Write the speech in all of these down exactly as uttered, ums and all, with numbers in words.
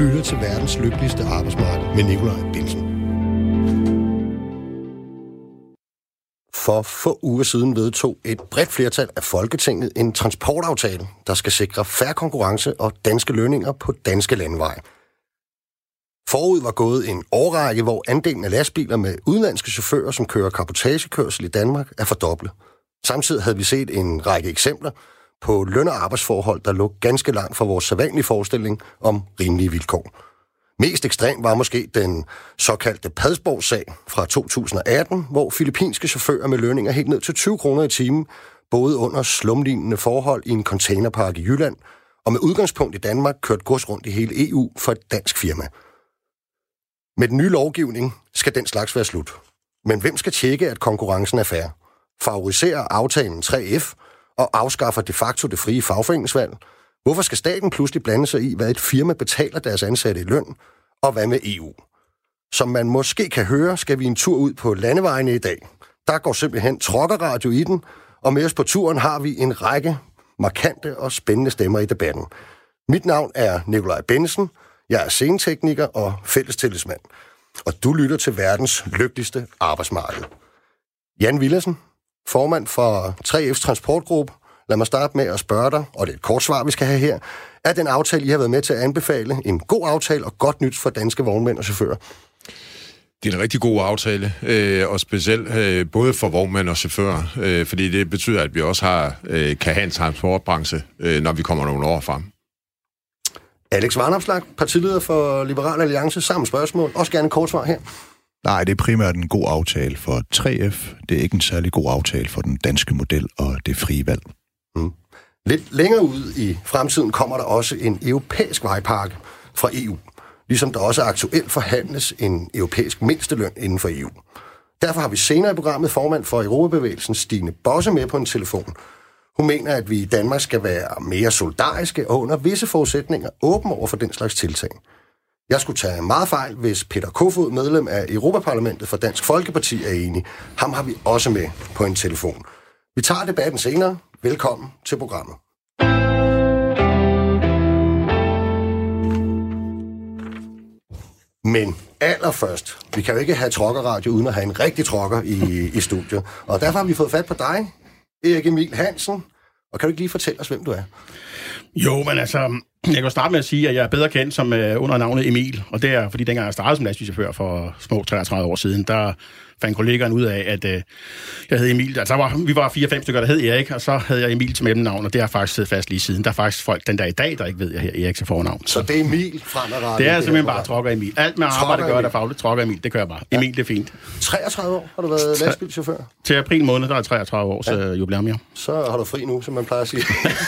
lytter til verdens lykkeligste arbejdsmarked med Nikolaj Bensen. For få uger siden vedtog et bredt flertal af Folketinget en transportaftale, der skal sikre fair konkurrence og danske lønninger på danske landeveje. Forud var gået en årrække, hvor andelen af lastbiler med udenlandske chauffører, som kører cabotagekørsel i Danmark, er fordoblet. Samtidig havde vi set en række eksempler på løn- og arbejdsforhold, der lå ganske langt fra vores sædvanlige forestilling om rimelige vilkår. Mest ekstrem var måske den såkaldte Padsborg-sag fra to tusind og atten, hvor filippinske chauffører med lønninger helt ned til tyve kroner i timen boede under slumlignende forhold i en containerpark i Jylland, og med udgangspunkt i Danmark kørte gods rundt i hele E U for et dansk firma. Med den nye lovgivning skal den slags være slut. Men hvem skal tjekke, at konkurrencen er fair? Favoriserer aftalen tre F og afskaffer de facto det frie fagforeningsvalg? Hvorfor skal staten pludselig blande sig i, hvad et firma betaler deres ansatte i løn? Og hvad med E U? Som man måske kan høre, skal vi en tur ud på landevejene i dag. Der går simpelthen truckerradio i den, og med os på turen har vi en række markante og spændende stemmer i debatten. Mit navn er Nikolaj Bensen. Jeg er scenetekniker og fællestillidsmand. Og du lytter til verdens lykkeligste arbejdsmarked. Jan Villadsen, formand for tre F's transportgruppe. Lad mig starte med at spørge dig, og det er et kort svar, vi skal have her. Er den aftale, I har været med til at anbefale, en god aftale og godt nyt for danske vognmænd og chauffører? Det er en rigtig god aftale, øh, og specielt øh, både for vognmænd og chauffører, øh, fordi det betyder, at vi også har, øh, kan have en transportbranche, øh, når vi kommer nogle år frem. Alex Vanopslagh, partileder for Liberal Alliance, samme spørgsmål. Også gerne en kort svar her. Nej, det er primært en god aftale for tre F. Det er ikke en særlig god aftale for den danske model og det frie valg. Mm. Lidt længere ud i fremtiden kommer der også en europæisk vejpakke fra E U. Ligesom der også aktuelt forhandles en europæisk mindsteløn inden for E U. Derfor har vi senere i programmet formand for Europabevægelsen, Stine Bosse, med på en telefon. Hun mener, at vi i Danmark skal være mere solidariske og under visse forudsætninger åbne over for den slags tiltag. Jeg skulle tage meget fejl, hvis Peter Kofod, medlem af Europaparlamentet for Dansk Folkeparti, er enig. Ham har vi også med på en telefon. Vi tager debatten senere. Velkommen til programmet. Men allerførst, vi kan jo ikke have truckerradio uden at have en rigtig trucker i, i studiet. Og derfor har vi fået fat på dig, Erik Emil Hansen. Og kan du ikke lige fortælle os, hvem du er? Jo, men altså, jeg kan starte med at sige, at jeg er bedre kendt som uh, under navnet Emil. Og det er, fordi dengang jeg startede som lastbilchauffør for små treogtredive år siden, der fandt kollegaen ud af, at uh, jeg hed Emil. Altså, var, vi var fire-fem stykker, der hed Erik, og så havde jeg Emil til mellemnavn, og det har faktisk siddet fast lige siden. Der er faktisk folk den dag i dag, der ikke ved, at jeg her Erik til fornavn. Så det er Emil fremadrettet? Det er simpelthen bare trucker Emil. Alt med arbejde gør der fagligt. Trucker Emil, det kører bare. Ja. Emil, det er fint. treogtredive år har du været lastbilchauffør? Til april måned, der er treogtredive års ja. uh, jubilæum, ja. Så har du fri nu, som man plejer at sige.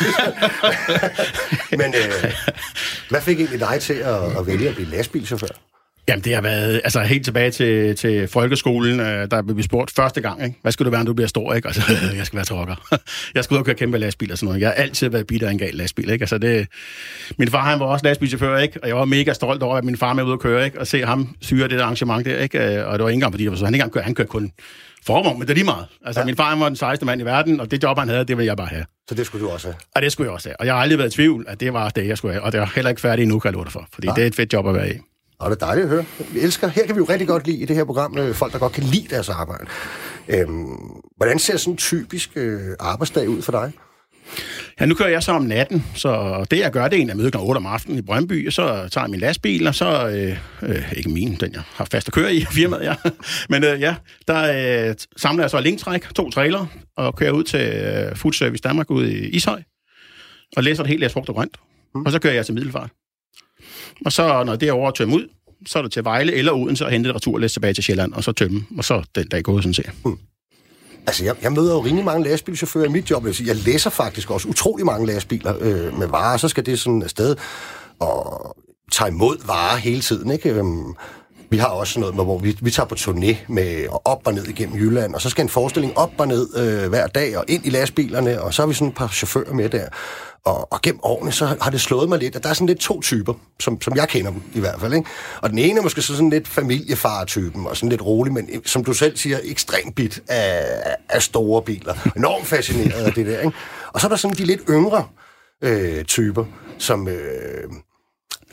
Men øh, hvad fik egentlig dig til at, at vælge at blive lastbilchauffør? Jamen, det har været altså helt tilbage til, til folkeskolen, øh, der blev vi spurgt første gang, ikke? Hvad skal du være, når du bliver stor, ikke? Altså, jeg skal være trucker. Jeg skal ud og køre kæmpe lastbil og sådan noget. Jeg har altid været bitter af en gal lastbil, ikke? Altså, det... Min far, han var også lastbilchauffør, ikke? Og jeg var mega stolt over, at min far med ud at køre, ikke? Og se ham syre det der arrangement der, ikke? Og det var ikke engang, fordi jeg var så, han ikke engang kørte, han kørte kun forvogn, men det er lige meget. Altså, ja. Min far, han var den sejeste mand i verden, og det job, han havde, det ville jeg bare have. Så det skulle du også have? Og det skulle jeg også have. Og jeg har aldrig været i tvivl, at det var det, jeg skulle have. Og det er heller ikke færdigt endnu, kan jeg love dig for. Fordi ja. Det er et fedt job at være i. Og det er dejligt at høre. Vi elsker, her kan vi jo rigtig godt lide i det her program, folk, der godt kan lide deres arbejde. Øhm, hvordan ser sådan en typisk øh, arbejdsdag ud for dig? Ja, nu kører jeg så om natten, så det jeg gør, det er en, at møder klokken otte om aftenen i Brøndby, og så tager jeg min lastbil, og så, øh, øh, ikke min, den jeg har fast at køre i firmaet, ja. Men øh, ja, der øh, samler jeg så linktræk, to trailer, og kører ud til øh, Food Service Danmark ude i Ishøj, og læser det hele af frugt og grønt, mm. og så kører jeg til Middelfart. Og så, når det er over at tømme ud, så er det til Vejle eller Odense og hente et returlæs tilbage til Sjælland, og så tømme, og så den dag gået, sådan set. Hmm. Altså, jeg, jeg møder jo rimelig mange lastbilchauffører i mit job. Jeg læser faktisk også utrolig mange lastbiler øh, med varer, så skal det sådan afsted og tage imod varer hele tiden, ikke? Øhm, vi har også noget med, hvor vi, vi tager på turné med og op og ned igennem Jylland, og så skal en forestilling op og ned øh, hver dag og ind i lastbilerne, og så har vi sådan et par chauffører med der. Og, og gennem årene, så har det slået mig lidt, at der er sådan lidt to typer, som, som jeg kender dem i hvert fald, ikke? Og den ene er måske sådan lidt familiefar-typen, og sådan lidt rolig, men som du selv siger, ekstremt bit af, af store biler. Enormt fascineret af det der, ikke? Og så er der sådan de lidt yngre øh, typer, som... Øh,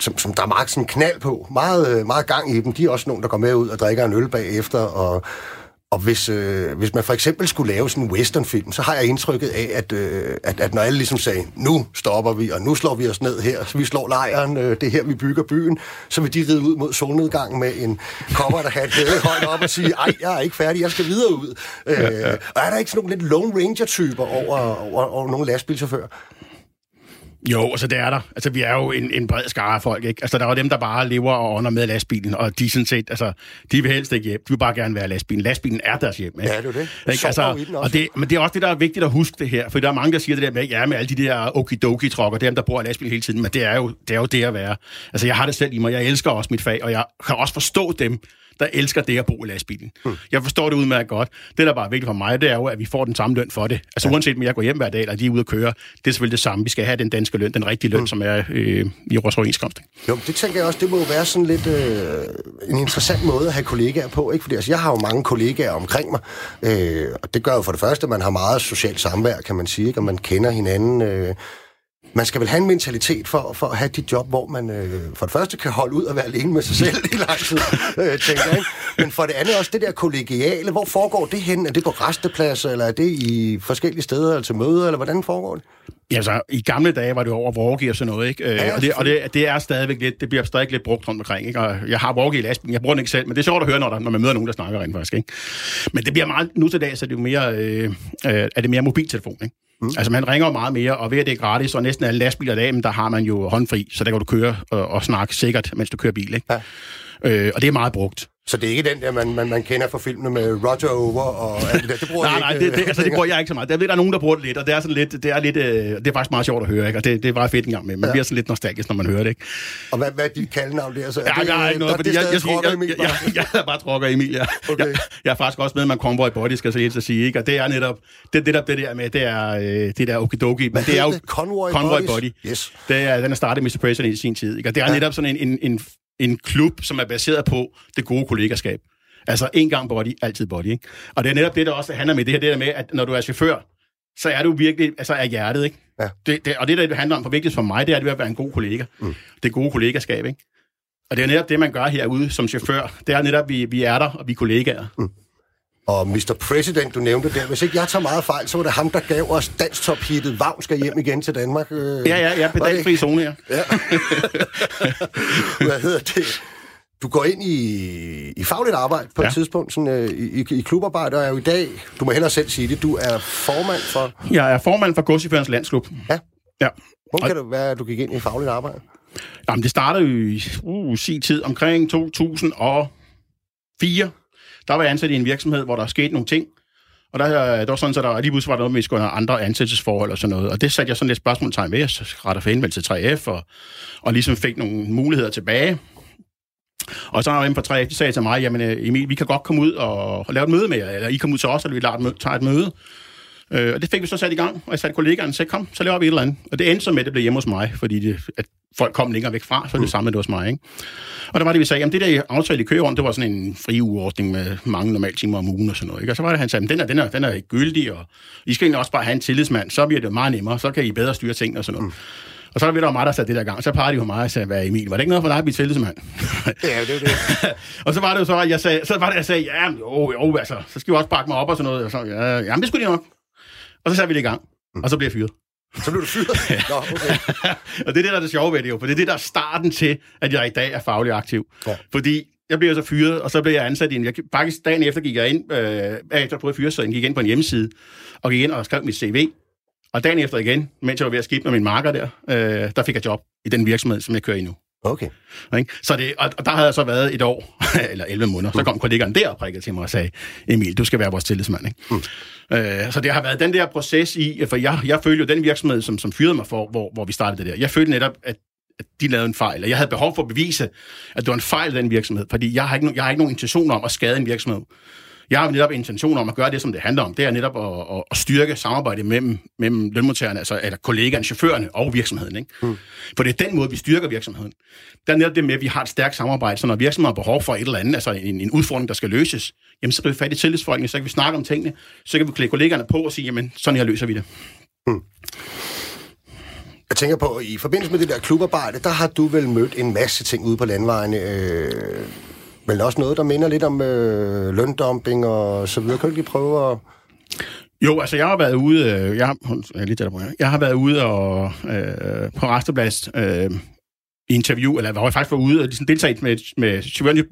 som, som der er meget sådan knald på, meget, meget gang i dem. De er også nogen, der går med ud og drikker en øl bagefter, og Og hvis, øh, hvis man for eksempel skulle lave sådan en westernfilm, så har jeg indtrykket af, at, øh, at, at når alle ligesom sagde, nu stopper vi, og nu slår vi os ned her, så vi slår lejren, øh, det her, vi bygger byen, så vil de ride ud mod solnedgangen med en kopper, der har et hævet højt op og sige, ej, jeg er ikke færdig, jeg skal videre ud. Øh, og er der ikke sådan nogle lidt Lone Ranger-typer over, over, over nogle lastbilchauffører? Jo, altså det er der. Altså vi er jo en, en bred skare af folk, ikke? Altså der er jo dem, der bare lever og ånder med lastbilen, og de sådan set, altså, de vil helst ikke hjem. De vil bare gerne være lastbilen. Lastbilen er deres hjem, ikke? Ja, det er det. Ikke? Altså, og det, men det er også det, der er vigtigt at huske det her, for der er mange, der siger det der med, ja, med alle de der okidoki-trokker, dem, der bor i lastbilen hele tiden, men det er jo det, er jo det at være. Altså jeg har det selv i mig, jeg elsker også mit fag, og jeg kan også forstå dem, der elsker det at bo i lastbilen. Hmm. Jeg forstår det udmærket godt. Det, der bare er vigtigt for mig, det er jo, at vi får den samme løn for det. Altså ja. Uanset om jeg går hjem hver dag, eller de er ude at køre, det er selvfølgelig det samme. Vi skal have den danske løn, den rigtige løn, hmm. som er øh, i vores overenskomst. Jo, det tænker jeg også, det må jo være sådan lidt øh, en interessant måde at have kollegaer på, ikke? Fordi altså, jeg har jo mange kollegaer omkring mig, øh, og det gør jo for det første, at man har meget socialt samvær, kan man sige, ikke? Og man kender hinanden. Øh, Man skal vel have en mentalitet for, for at have dit job, hvor man øh, for det første kan holde ud og være alene med sig selv i lang tid, øh, tænker jeg, ikke? Men for det andet også det der kollegiale. Hvor foregår det hen? Er det på rastepladser, eller er det i forskellige steder, eller til møder, eller hvordan foregår det? Ja, så i gamle dage var det over walkie og sådan noget, ikke? Ja, og det, og det, det er stadigvæk lidt, det bliver stadig lidt brugt rundt omkring, ikke? Og jeg har walkie i lastbilen, jeg bruger den ikke selv, men det er sjovt at høre, når, der, når man møder nogen, der snakker rent faktisk, ikke? Men det bliver meget, nu til dag, så er det jo mere, øh, øh, er det mere mobiltelefon, ikke? Mm. Altså man ringer jo meget mere, og ved at det er gratis, og næsten alle lastbiler i dag, men der har man jo håndfri, så der kan du køre og, og snakke sikkert, mens du kører bil, ikke? Ja. Øh, og det er meget brugt. Så det er ikke den der, man, man, man kender fra filmene med Roger Over og alt det der. Det bruger nej, nej, det, det, altså, det bruger jeg ikke så meget. Der, der er nogen, der bruger det lidt, og det er sådan lidt, det er lidt, øh, det er faktisk meget sjovt at høre, ikke? Og det, det er bare fedt en gang med. Man ja. bliver sådan lidt nostalgisk, når man hører det, ikke? Og hvad, hvad er dit kaldenavn der? Så er ja, det, der er ikke noget, fordi jeg, jeg, jeg, jeg, jeg, jeg, jeg er bare Trucker Emil, ja. Okay. Jeg, jeg er faktisk også med, man Convoy Body, skal jeg så sige, ikke? Og det er netop, det, det, der, det der med, det er, øh, det der okidoki, men det er jo Convoy, Convoy Body. Yes. Det er, den er startet mister President i sin tid, ikke? Og det er ja. netop sådan en, en, en, en klub, som er baseret på det gode kollegaskab. Altså, en gang body, altid body, ikke? Og det er netop det, der også handler med det her, det der med, at når du er chauffør, så er du virkelig, altså af hjertet, ikke? Ja. Det, det, og det, der det handler om for vigtigst for mig, det er, at det at være en god kollega. Mm. Det er gode kollegaskab, ikke? Og det er netop det, man gør herude som chauffør. Det er netop, at vi, vi er der, og vi er kollegaer. Mm. Og mister President, du nævnte der, hvis ikke jeg tager meget fejl, så var det ham, der gav os dansk-top-hittet Vagn skal hjem igen til Danmark. Ja, ja, ja, pedalfri zone, ja. ja. Hvad hedder det? Du går ind i, i fagligt arbejde på ja. et tidspunkt, sådan, øh, i, i klubarbejde, og er jo i dag, du må hellere selv sige det, du er formand for... Jeg er formand for Godschaufførernes Landsklub. Ja. ja. Hvor kan det være, at du gik ind i fagligt arbejde? Jamen, det startede jo i uh, sin tid, omkring to tusind og fire. Der var jeg ansat i en virksomhed, hvor der skete nogle ting, og der, der var sådan, så der lige pludselig var noget med, at vi skulle have andre ansættelsesforhold og sådan noget, og det satte jeg sådan lidt spørgsmålstegn ved, så retter for henvendelse til tre F, og, og ligesom fik nogle muligheder tilbage. Og så var jeg på tre F, de sagde til mig, jamen Emil, vi kan godt komme ud og lave et møde med jer, eller I kommer ud til os, eller vi tager et møde. Øh, og det fik vi så sat i gang, og jeg satte kollegaerne og sagde, kom, så laver vi et eller andet. Og det endte så med, at det blev hjemme hos mig, fordi det, at folk kom længere væk fra, så det samme det hos mig, ikke? Og der var det, vi sagde, jamen det der aftale i Køgeånd, det var sådan en fri ugeordning med mange normale timer om ugen og sådan noget, ikke? Og så var det, han sagde, den er, den er, den er ikke gyldig, og I skal egentlig også bare have en tillidsmand, så bliver det meget nemmere, så kan I bedre styre tingene og sådan noget. Mm. Og så var der mig, der satte det der gang. Så pegede de på mig og sagde, hvad Emil, var det ikke noget for dig at blive tillidsmand? Ja, det er det. Og så var det jo så, at jeg sagde, så var det, jeg sagde, ja, jo, jo, altså, så skal vi også bakke mig op og sådan noget. Og så, ja, jamen, det skulle de nok. Og så satte vi det i gang, og så blev jeg fyret. Så blev du fyret? Nå, okay. Og det er det, der er det sjove ved det jo, for det er det, der er starten til, at jeg i dag er fagligt aktiv. Ja. Fordi jeg blev så fyret, og så blev jeg ansat i en... Jeg, faktisk dagen efter gik jeg ind, øh, efter på fyresedlen, gik ind på en hjemmeside, og gik ind og skrev mit C V. Og dagen efter igen, mens jeg var ved at skifte med min marker der, øh, der fik jeg job i den virksomhed, som jeg kører i nu. Okay. Så det, og, og der havde jeg så været et år, eller elleve måneder. Så kom kollegaen der og prikkede til mig og sagde, Emil, du skal være vores tillidsmand, ikke? Mm. Øh, så det har været den der proces i, for jeg, jeg følte jo den virksomhed, som, som fyrede mig for, hvor, hvor vi startede det der. Jeg følte netop, at, at de lavede en fejl, og jeg havde behov for at bevise, at det var en fejl i den virksomhed, fordi jeg har ikke, jeg har ikke nogen intention om at skade en virksomhed. Jeg har netop intention om at gøre det, som det handler om. Det er netop at, at, at styrke samarbejdet mellem, mellem lønmodtagerne, altså eller kollegaerne, chaufførerne og virksomheden. Ikke? Mm. For det er den måde, vi styrker virksomheden. Det er netop det med, at vi har et stærkt samarbejde, så når virksomheden har behov for et eller andet, altså en, en udfordring, der skal løses, jamen så kan vi fat i tillidsfolkene, så kan vi snakke om tingene, så kan vi klæde kollegaerne på og sige, jamen sådan her løser vi det. Mm. Jeg tænker på, i forbindelse med det der klubarbejde, der har du vel mødt en masse ting ude på landvejene. Øh, vel også noget, der minder lidt om øh, løndumping og så videre. Kan du lige prøve at... Jo, altså jeg har været ude, jeg har, jeg, lige på, jeg har været ude og, øh, på Rasteplads øh, i interview, eller hvor jeg faktisk var ude og ligesom deltaget med, med chaufføren,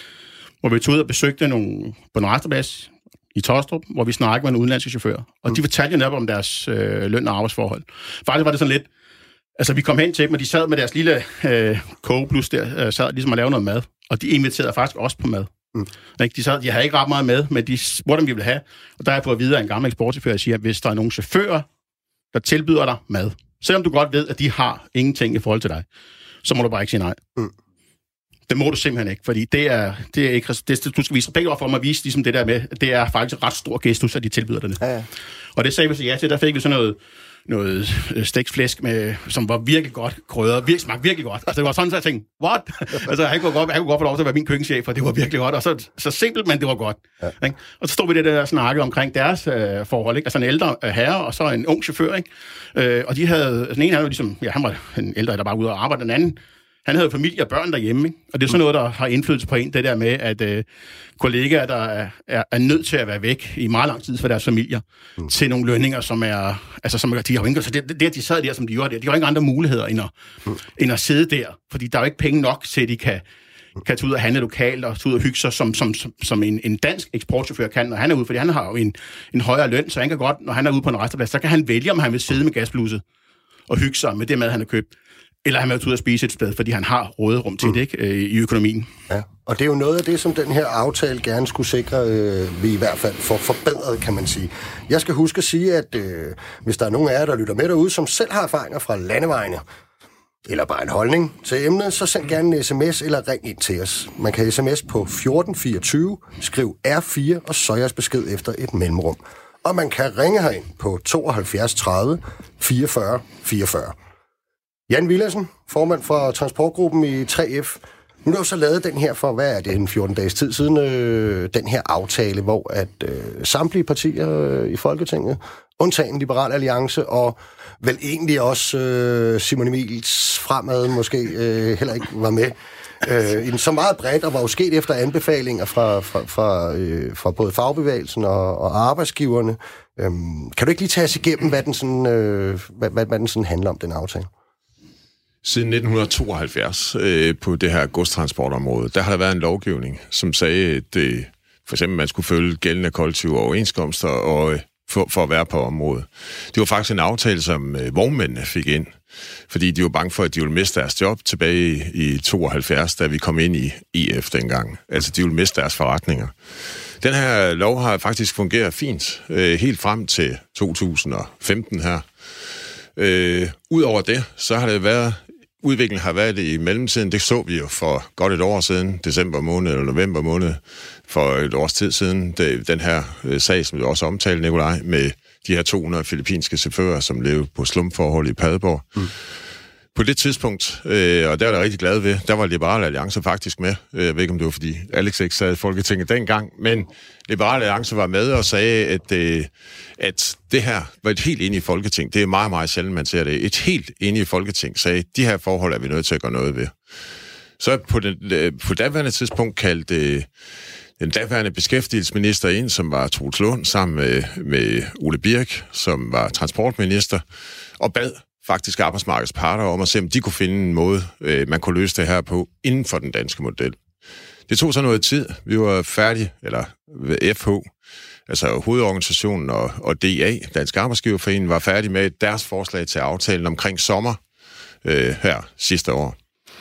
hvor vi tog ud og besøgte nogle på en Rasteplads i Tostrup, hvor vi snakkede med nogle udenlandske chauffører. Og mm. de fortalte jo netop om deres øh, løn- og arbejdsforhold. Faktisk var det sådan lidt, altså vi kom hen til dem, og de sad med deres lille øh, kogeplus der, øh, sad ligesom at lave noget mad. Og de inviterede faktisk også på mad. Mm. De, sad, de havde ikke ret meget med, men de spurgte, om vi ville have. Og der har jeg fået videre en gammel eksportchauffør, der siger, at hvis der er nogle chauffører, der tilbyder dig mad, selvom du godt ved, at de har ingenting i forhold til dig, så må du bare ikke sige nej. Mm. Det må du simpelthen ikke, fordi det er, det er ikke... Det, du skal vise respekt over for mig at vise ligesom det der med, at det er faktisk et ret stor gestus, at de tilbyder dig det. Ja, ja. Og det sagde vi så ja til. Der fik vi sådan noget, noget stegt flæsk, med, som var virkelig godt krydret. Virkelig, smagte virkelig godt. Altså, det var sådan, så jeg tænkte, what? altså, han kunne godt, han kunne godt få lov til at være min køkkenchef, for det var virkelig godt. Og så, så simpelt, men det var godt. Ja. Ikke? Og så stod vi det der snakke omkring deres øh, forhold. Ikke? Altså en ældre øh, herre, og så en ung chauffør. Ikke? Øh, og de havde... Altså, den ene havde jo ligesom... Ja, han var en ældre, der bare ude og arbejde. Den anden... Han havde familie og børn derhjemme, ikke? Og det er sådan noget, der har indflydelse på en, det der med, at øh, kollegaer, der er, er, er nødt til at være væk i meget lang tid for deres familier, mm. til nogle lønninger, som er... Altså, som de har ikke... Så det, det, de sad der, som de gjorde der, de har ikke andre muligheder, end at, mm. end at sidde der. Fordi der er jo ikke penge nok til, at de kan, kan tage ud og handle lokalt, og tage ud og hygge sig, som, som, som, som en, en dansk eksportchauffør kan, når han er ude. Fordi han har jo en, en højere løn, så han kan godt, når han er ude på en resteplads, så kan han vælge, om han vil sidde med gasblusset og hygge sig med det mad, han har købt. Eller han er ude at spise et sted, fordi han har råderum til mm. det, ikke, i økonomien. Ja, og det er jo noget af det, som den her aftale gerne skulle sikre, øh, vi i hvert fald får forbedret, kan man sige. Jeg skal huske at sige, at øh, hvis der er nogen af jer, der lytter med derude, som selv har erfaringer fra landevejene, eller bare en holdning til emnet, så send gerne en sms eller ring ind til os. Man kan sms på fjorten fireogtyve, skriv R fire, og så jeres besked efter et mellemrum. Og man kan ringe herind på tooghalvfjerds tredive fireogfyrre fireogfyrre. Jan Villadsen, formand for transportgruppen i tre F. Nu er der jo så lavet den her for, hvad er det, en fjorten dages tid siden, øh, den her aftale, hvor at øh, samtlige partier øh, i Folketinget, undtagen Liberal Alliance, og vel egentlig også øh, Simon Emils Fremad måske øh, heller ikke var med. Øh, så meget bredt, og var jo sket efter anbefalinger fra, fra, fra, øh, fra både fagbevægelsen og, og arbejdsgiverne. Øh, kan du ikke lige tage os igennem, hvad den sådan, øh, hvad, hvad, hvad den sådan handler om, den aftale? Siden nitten tooghalvfjerds øh, på det her godstransportområde, der har der været en lovgivning, som sagde, at øh, for eksempel man skulle følge gældende kollektive overenskomster og, øh, for, for at være på området. Det var faktisk en aftale, som øh, vognmændene fik ind, fordi de var bange for, at de ville miste deres job tilbage i tooghalvfjerds, da vi kom ind i I F dengang. Altså, de ville miste deres forretninger. Den her lov har faktisk fungeret fint, øh, helt frem til to tusind og femten her. Øh, Udover det, så har det været, udviklingen har været i mellemtiden, det så vi jo for godt et år siden, december måned eller november måned, for et års tid siden, det, den her øh, sag, som du også omtalte, Nikolaj, med de her to hundrede filippinske chauffører, som levede på slumforhold i Padborg. Mm. På det tidspunkt, øh, og der var jeg rigtig glad ved, der var Liberal Alliance faktisk med. Jeg ved ikke, om det var, fordi Alex ikke sad i Folketinget dengang, men Liberal Alliance var med og sagde, at, øh, at det her var et helt enige Folketing. Det er meget, meget sjældent, man ser det. Et helt enige Folketing sagde, at de her forhold er vi nødt til at gøre noget ved. Så på, den, på daværende tidspunkt kaldte øh, den daværende beskæftigelsesminister ind, som var Troels Lund, sammen med, med Ole Birk, som var transportminister, og bad faktisk arbejdsmarkedets parter om at se, om de kunne finde en måde, øh, man kunne løse det her på inden for den danske model. Det tog så noget tid. Vi var færdige, eller F H, altså hovedorganisationen og, og D A, Dansk Arbejdsgiverforening, var færdige med deres forslag til aftalen omkring sommer øh, her sidste år.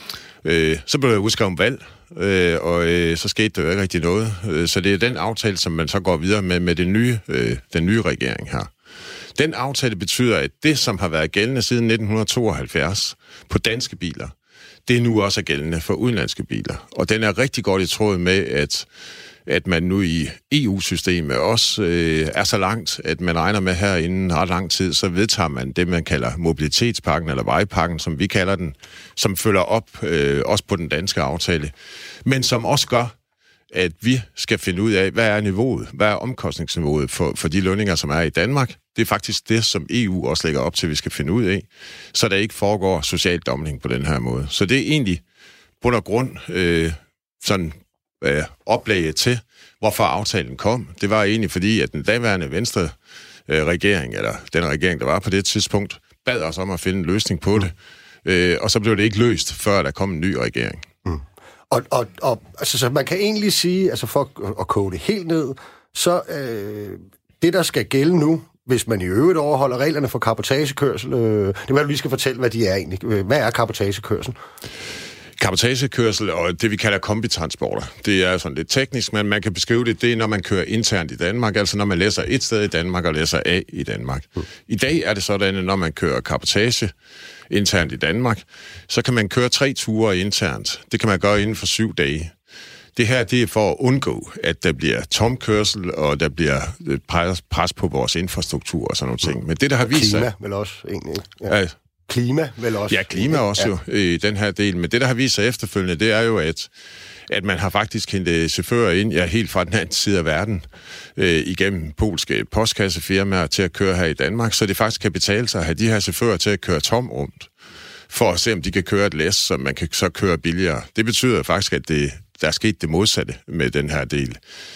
Øh, så blev der udskrevet valg, øh, og øh, så skete der jo ikke rigtig noget. Øh, så det er den aftale, som man så går videre med med den nye, øh, den nye regering her. Den aftale betyder, at det, som har været gældende siden nitten tooghalvfjerds på danske biler, det er nu også gældende for udenlandske biler. Og den er rigtig godt i tråd med, at, at man nu i E U-systemet også øh, er så langt, at man regner med her inden ret lang tid, så vedtager man det, man kalder mobilitetspakken, eller vejpakken, som vi kalder den, som følger op øh, også på den danske aftale, men som også gør, at vi skal finde ud af, hvad er niveauet, hvad er omkostningsniveauet for, for de lønninger, som er i Danmark. Det er faktisk det, som E U også lægger op til, at vi skal finde ud af, så der ikke foregår social dumping på den her måde. Så det er egentlig bund og grund øh, sådan øh, oplægget til, hvorfor aftalen kom. Det var egentlig fordi, at den daværende venstre øh, regering, eller den regering, der var på det tidspunkt, bad os om at finde en løsning på det. Øh, og så blev det ikke løst, før der kom en ny regering. Mm. Og, og, og altså, så man kan egentlig sige, altså for at, at koge det helt ned, så øh, det, der skal gælde nu, hvis man i øvrigt overholder reglerne for cabotagekørsel, øh, det er, at vi skal fortælle, hvad de er egentlig. Hvad er cabotagekørsel? Cabotagekørsel og det, vi kalder kombitransporter. Det er sådan lidt teknisk, men man kan beskrive det, det er, når man kører internt i Danmark, altså når man læser et sted i Danmark og læser af i Danmark. Mm. I dag er det sådan, at når man kører cabotage internt i Danmark, så kan man køre tre ture internt. Det kan man gøre inden for syv dage. Det her, det er for at undgå, at der bliver tomkørsel, og der bliver pres, pres på vores infrastruktur og sådan nogle ting. Men det, der har vist sig... Klima vel også, egentlig. Ja. Ja. Klima vel også. Ja, klima også ja. jo i den her del. Men det, der har vist sig efterfølgende, det er jo, at, at man har faktisk hentet chauffører ind, ja, helt fra den anden side af verden, øh, igennem polske postkassefirmaer til at køre her i Danmark, så det faktisk kan betale sig at have de her chauffører til at køre tom rundt, for at se, om de kan køre et læs, så man kan så køre billigere. Det betyder faktisk, at det, der er sket det modsatte med den her del.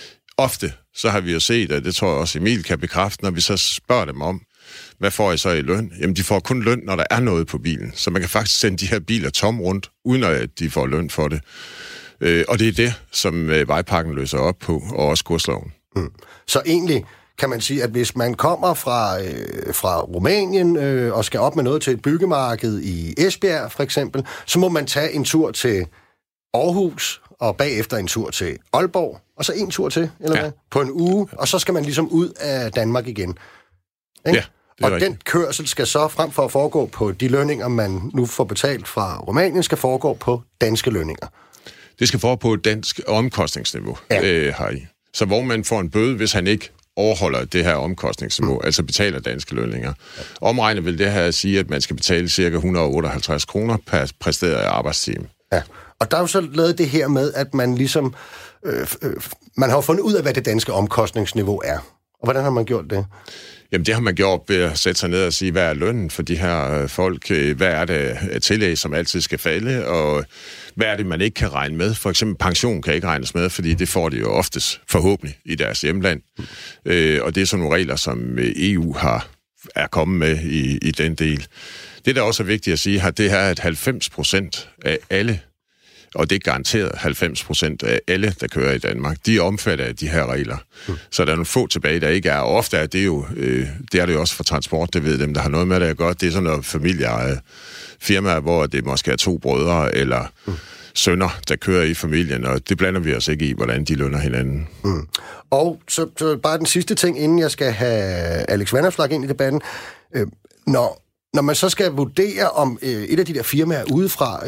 Ofte så har vi jo set, og det tror jeg også Emil kan bekræfte, når vi så spørger dem om, hvad får I så i løn? Jamen, de får kun løn, når der er noget på bilen. Så man kan faktisk sende de her biler tom rundt, uden at de får løn for det. Øh, og det er det, som øh, vejpakken løser op på, og også godsloven. Mm. Så egentlig kan man sige, at hvis man kommer fra, øh, fra Rumænien øh, og skal op med noget til et byggemarked i Esbjerg, for eksempel, så må man tage en tur til Aarhus, og bagefter en tur til Aalborg, og så en tur til, eller ja. hvad? På en uge, og så skal man ligesom ud af Danmark igen. Ikke? Ja. Og rigtigt. Den kørsel skal så frem for at foregå på de lønninger, man nu får betalt fra Rumænien, skal foregå på danske lønninger. Det skal foregå på et dansk omkostningsniveau ja. øh, heri. Så hvor man får en bøde, hvis han ikke overholder det her omkostningsniveau, mm. altså betaler danske lønninger. Ja. Omregnet vil det her sige, at man skal betale ca. et hundrede og otteoghalvtreds kroner per præsteret arbejdstime. Ja, og der er jo så lavet det her med, at man ligesom... Øh, øh, man har jo fundet ud af, hvad det danske omkostningsniveau er. Og hvordan har man gjort det? Jamen, det har man gjort ved at sætte sig ned og sige, hvad er lønnen for de her folk? Hvad er det tillæg, som altid skal falde? Og hvad er det, man ikke kan regne med? For eksempel pension kan ikke regnes med, fordi det får de jo oftest forhåbentlig i deres hjemland. Mm. Øh, og det er sådan nogle regler, som E U har, er kommet med i, i den del. Det, der også er vigtigt at sige her, det er, at halvfems procent af alle, og det er garanteret halvfems procent af alle, der kører i Danmark, de er omfattet af de her regler. Mm. Så der er nogle få tilbage, der ikke er. Og ofte er det jo, øh, det er det jo også for transport, det ved dem, der har noget med det at gøre. Det er sådan noget familieejet firmaer, hvor det måske er to brødre eller mm. sønner, der kører i familien, og det blander vi os ikke i, hvordan de lønner hinanden. Mm. Og så, så bare den sidste ting, inden jeg skal have Alex Vanopslagh ind i debatten. Øh, når Når man så skal vurdere, om øh, et af de der firmaer udefra,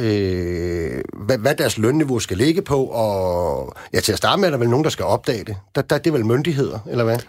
øh, hvad, hvad deres lønniveau skal ligge på, og ja, til at starte med er der vel nogen, der skal opdage det. Der, der, det er vel myndigheder, eller hvad?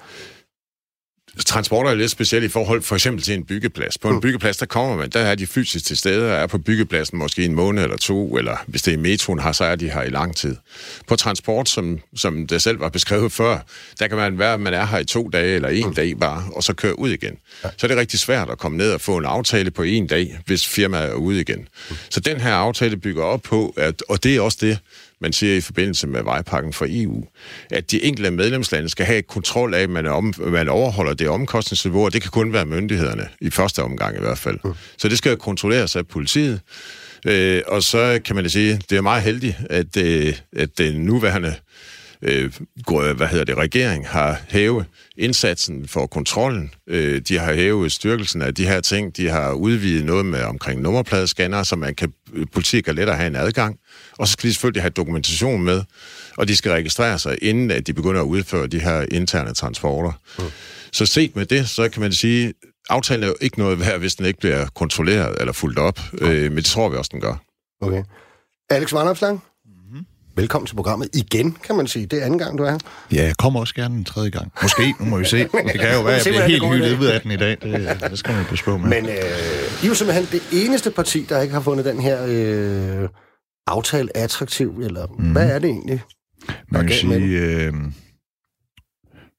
Transporter er lidt specielt i forhold for eksempel til en byggeplads. På en mm. byggeplads, der kommer man, der er de fysisk til stede, og er på byggepladsen måske en måned eller to, eller hvis det er metroen har, så er de her i lang tid. På transport, som, som det selv var beskrevet før, der kan man være, at man er her i to dage eller en mm. dag bare, og så køre ud igen. Ja. Så er det rigtig svært at komme ned og få en aftale på en dag, hvis firmaet er ude igen. Mm. Så den her aftale bygger op på, at, og det er også det, man siger i forbindelse med vejpakken for E U, at de enkelte medlemslande skal have kontrol af, at man, om, man overholder det omkostningsniveau, og det kan kun være myndighederne, i første omgang i hvert fald. Mm. Så det skal kontrolleres af politiet, øh, og så kan man da sige, det er meget heldigt, at, øh, at den nuværende øh, hvad hedder det, regering har hævet indsatsen for kontrollen. Øh, de har hævet styrkelsen af de her ting. De har udvidet noget med omkring nummerpladescanner, så man kan, politiet kan lettere have en adgang. Og så skal de selvfølgelig have dokumentation med, og de skal registrere sig, inden at de begynder at udføre de her interne transporter. Mm. Så set med det, så kan man sige, aftalen er jo ikke noget værd, hvis den ikke bliver kontrolleret eller fulgt op, okay. øh, men det tror vi også, den gør. Okay. Alex Vanopslagh, mm-hmm. velkommen til programmet igen, kan man sige. Det er anden gang, du er her. Ja, jeg kommer også gerne en tredje gang. Måske, nu må vi se. Det kan jo være, at jeg bliver helt hyldet ud af den i dag. Det, det skal man jo passe på med. Men øh, I er jo simpelthen det eneste parti, der ikke har fundet den her... Øh, aftale attraktiv, eller mm. hvad er det egentlig? Man kan sige, øh,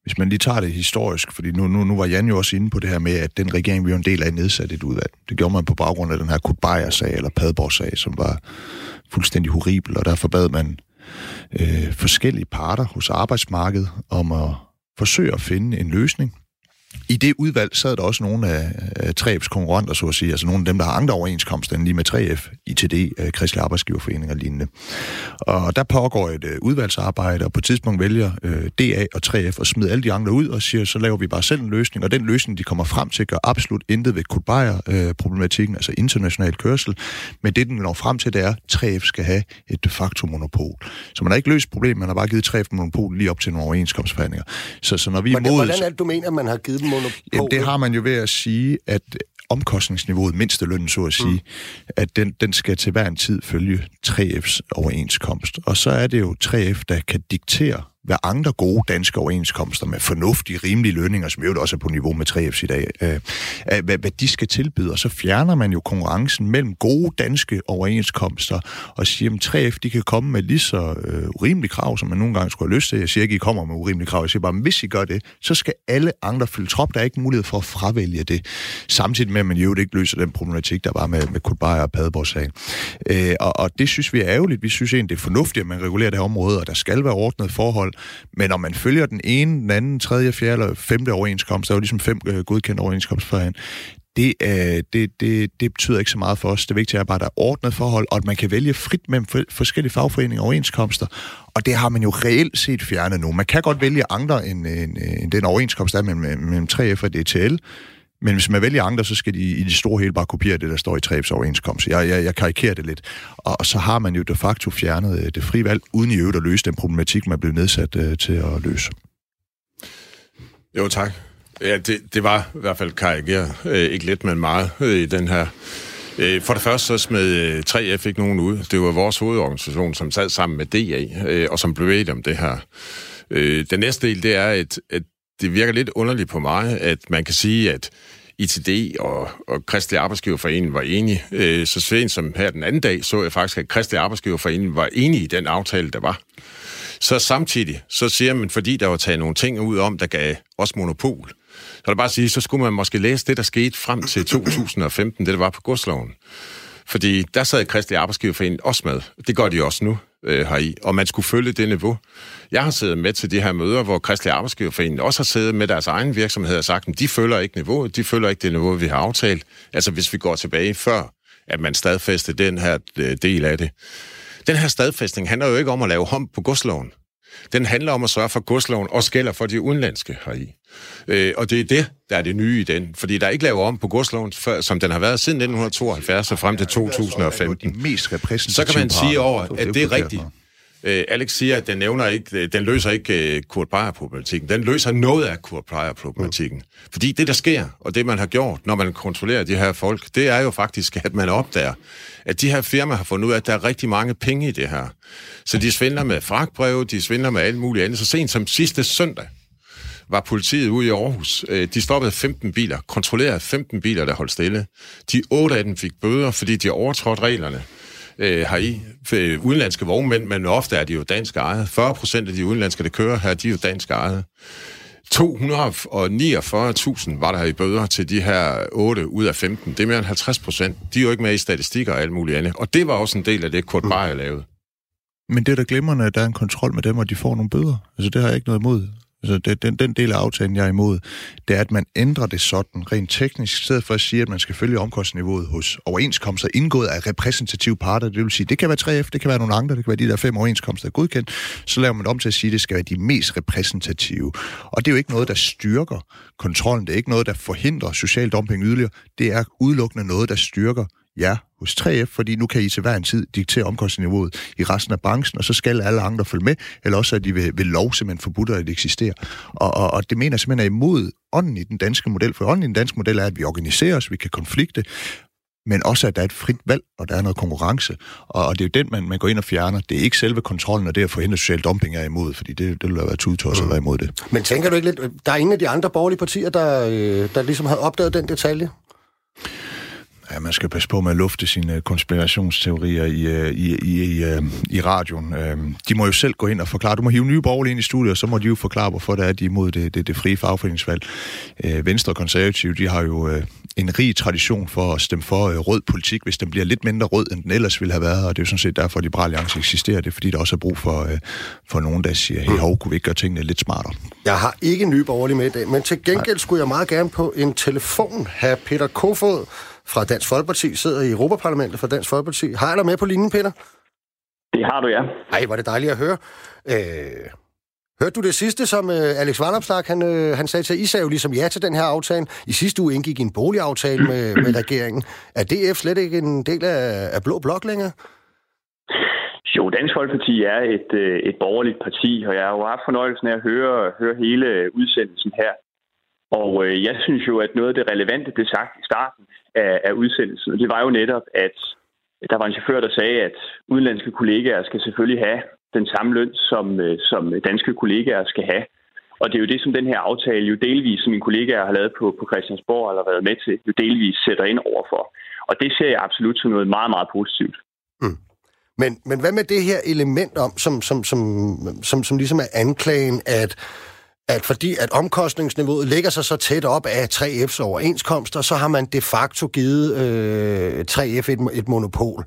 hvis man lige tager det historisk, fordi nu, nu, nu var Jan jo også inde på det her med, at den regering, vi var en del af, nedsatte et udvalg. Det gjorde man på baggrund af den her Kurt Beier-sag, eller Padborg-sag, som var fuldstændig horribel, og derfor bad man øh, forskellige parter hos arbejdsmarkedet om at forsøge at finde en løsning. I det udvalg sad der også nogle af, af tre F's konkurrenter, så at sige, altså nogle af dem, der har andre overenskomster end lige med tre F, I T D, Kristelig Arbejdsgiverforening og lignende. Og der pågår et uh, udvalgsarbejde, og på et tidspunkt vælger uh, D A og tre F at smide alle de andre ud og siger, så laver vi bare selv en løsning, og den løsning, de kommer frem til, gør absolut intet ved Kurt Beier-problematikken, uh, altså international kørsel, men det, den når frem til, det er, at tre F skal have et de facto monopol. Så man har ikke løst problemet, man har bare givet tre F monopol lige op til nogle overenskomstforhandlinger. Så, så når vi hvordan, imod... hvordan er det, du mener, man har givet monopol? Jamen, det har man jo ved at sige, at omkostningsniveauet, mindstelønnen, så at sige, mm. at den, den skal til hver en tid følge tre F's overenskomst. Og så er det jo tre F, der kan diktere, hvad andre gode danske overenskomster med fornuftige, rimelige lønninger, som jo også er på niveau med tre F's i dag, øh, hvad, hvad de skal tilbyde. Og så fjerner man jo konkurrencen mellem gode danske overenskomster og siger, at tre F de kan komme med lige så øh, urimelige krav, som man nogle gange skulle have lyst til. Jeg siger ikke, I kommer med urimelige krav. Jeg siger bare, at hvis I gør det, så skal alle andre følge trop. Der er ikke mulighed for at fravælge det. Samtidig med, at man jo ikke løser den problematik, der var med, med Kurt Beier og Padborg-sagen. Øh, og, og det synes vi er ærgerligt. Vi synes egentlig, det er fornuftigt, at man regulerer det her område, og der skal være ordnet forhold. Men om man følger den ene, den anden, tredje, fjerde eller femte overenskomst, der er jo ligesom fem øh, godkendte overenskomstforhandlinger, det, øh, det, det, det betyder ikke så meget for os. Det vigtige er bare, at der er ordnet forhold, og at man kan vælge frit mellem forskellige fagforeninger og overenskomster. Og det har man jo reelt set fjernet nu. Man kan godt vælge andre end, end, end den overenskomst, der er mellem, mellem tre F og D T L. Men hvis man vælger andre, så skal de i det store hele bare kopiere det, der står i tre F's overenskomst. Jeg, jeg, jeg karikerer det lidt. Og, og så har man jo de facto fjernet det frie valg, uden i øvrigt at løse den problematik, man blev nedsat uh, til at løse. Jo, tak. Ja, det, det var i hvert fald karikeret. Øh, ikke lidt, men meget øh, i den her. Øh, for det første så smed tre F ikke nogen ud. Det var vores hovedorganisation, som sad sammen med D A, øh, og som blev bedt om det her. Øh, den næste del, det er, at, at det virker lidt underligt på mig, at man kan sige, at I T D og, og Kristelig Arbejdsgiverforening var enige. Øh, så sent som her den anden dag, så jeg faktisk, at Kristelig Arbejdsgiverforening var enige i den aftale, der var. Så samtidig, så siger man, fordi der var taget nogle ting ud om, der gav os monopol, så er det bare at sige, så skulle man måske læse det, der skete frem til to tusind og femten, det der var på godsloven. Fordi der sad Kristelig Arbejdsgiverforening også med. Det gør de også nu øh, heri. Og man skulle følge det niveau. Jeg har siddet med til de her møder, hvor Kristelig Arbejdsgiverforening også har siddet med deres egen virksomhed og sagt, at de følger ikke niveauet, de følger ikke det niveau, vi har aftalt. Altså hvis vi går tilbage før, at man stadfæstede den her del af det. Den her stadfæstning handler jo ikke om at lave hom på godsloven. Den handler om at sørge for, at godsloven også gælder for de udenlandske heri. Øh, og det er det, der er det nye i den. Fordi der er ikke lavet om på godsloven, før, som den har været siden nitten tooghalvfjerds og frem til to tusind og femten. Så kan man sige over, at det er rigtigt. Øh, Alex siger, at den nævner ikke, den løser ikke uh, Kurt Beier-problematikken. Den løser noget af Kurt Beier-problematikken. Mm. Fordi det, der sker, og det, man har gjort, når man kontrollerer de her folk, det er jo faktisk, at man opdager, at de her firmaer har fundet ud af, at der er rigtig mange penge i det her. Så de svindler med fragtbreve, de svindler med alt muligt andet. Så sent som sidste søndag var politiet ude i Aarhus. De stoppede femten biler, kontrollerede femten biler, der holdt stille. De otte af dem fik bøder, fordi de overtrådte reglerne. Øh, har I øh, udenlandske vognmænd, men ofte er de jo dansk ejet. fyrre procent af de udenlandske, der kører her, de er jo dansk ejet. to hundrede og niogfyrre tusind var der i bøder til de her otte ud af femten. Det er mere end halvtreds procent. De er jo ikke med i statistikker og alt muligt andet. Og det var også en del af det, Kurt Beier lavede. Men det er da glimrende, at der er en kontrol med dem, og de får nogle bøder. Altså, det har jeg ikke noget imod. Altså, det, den, den del af aftalen, jeg er imod, det er, at man ændrer det sådan, rent teknisk, i stedet for at sige, at man skal følge omkostningsniveauet hos overenskomster, indgået af repræsentative parter. Det vil sige, det kan være tre F, det kan være nogle andre, det kan være de der fem overenskomster, der er godkendt. Så laver man det om til at sige, at det skal være de mest repræsentative. Og det er jo ikke noget, der styrker kontrollen. Det er ikke noget, der forhindrer social dumping yderligere. Det er udelukkende noget, der styrker ja, hos tre F, fordi nu kan I til hver en tid diktere omkostningsniveauet i resten af branchen, og så skal alle andre følge med, eller også at de vil, vil lov simpelthen forbudt, at det eksisterer. Og, og, og det mener jeg simpelthen er imod ånden i den danske model, for ånden i den danske model er, at vi organiserer os, vi kan konflikte, men også at der er et frit valg, og der er noget konkurrence. Og, og det er jo den, man, man går ind og fjerner. Det er ikke selve kontrollen, og det at forhindre social dumping er imod, fordi det, det vil være tudtosset at være imod det. Men tænker du ikke lidt, der er ingen af de andre borgerlige partier, der, der ligesom havde opdaget den detalje? Ja, man skal passe på med at lufte sine konspirationsteorier i, i, i, i, i radioen. De må jo selv gå ind og forklare. Du må hive Nye Borgerlige ind i studiet, og så må de jo forklare, hvorfor det er, de er imod det, det, det frie fagforeningsvalg. Venstre og Konservative, de har jo en rig tradition for at stemme for rød politik, hvis den bliver lidt mindre rød, end den ellers ville have været, og det er jo sådan set derfor, at Liberal Alliance eksisterer. Det er fordi, der også er brug for, for nogen, der siger, hey, hov, kunne vi ikke gøre tingene lidt smartere? Jeg har ikke Nye Borgerlige med i dag, men til gengæld skulle jeg meget gerne på en telefon have Peter Kofod fra Dansk Folkeparti, sidder i Europaparlamentet for Dansk Folkeparti. Har jeg dig med på linjen, Peter? Det har du, ja. Ej, var det dejligt at høre. Øh, hørte du det sidste, som øh, Alex Vanopslagh, han, øh, han sagde til? I sagde jo ligesom ja til den her aftale. I sidste uge indgik en boligaftale med, med regeringen. Er D F slet ikke en del af, af Blå Blok længere? Jo, Dansk Folkeparti er et, et borgerligt parti, og jeg har jo haft fornøjelsen af at høre, høre hele udsendelsen her. Og øh, jeg synes jo, at noget af det relevante blev sagt i starten af, af udsendelsen, og det var jo netop, at der var en chauffør, der sagde, at udenlandske kollegaer skal selvfølgelig have den samme løn, som, øh, som danske kollegaer skal have. Og det er jo det, som den her aftale jo delvis, som mine kollegaer har lavet på, på Christiansborg eller været med til, jo delvis sætter ind overfor. Og det ser jeg absolut som noget meget, meget positivt. Mm. Men, men hvad med det her element om, som, som, som, som, som ligesom er anklagen, at at fordi at omkostningsniveauet ligger sig så tæt op af tre F's overenskomster, så har man de facto givet øh, tre F et, et monopol?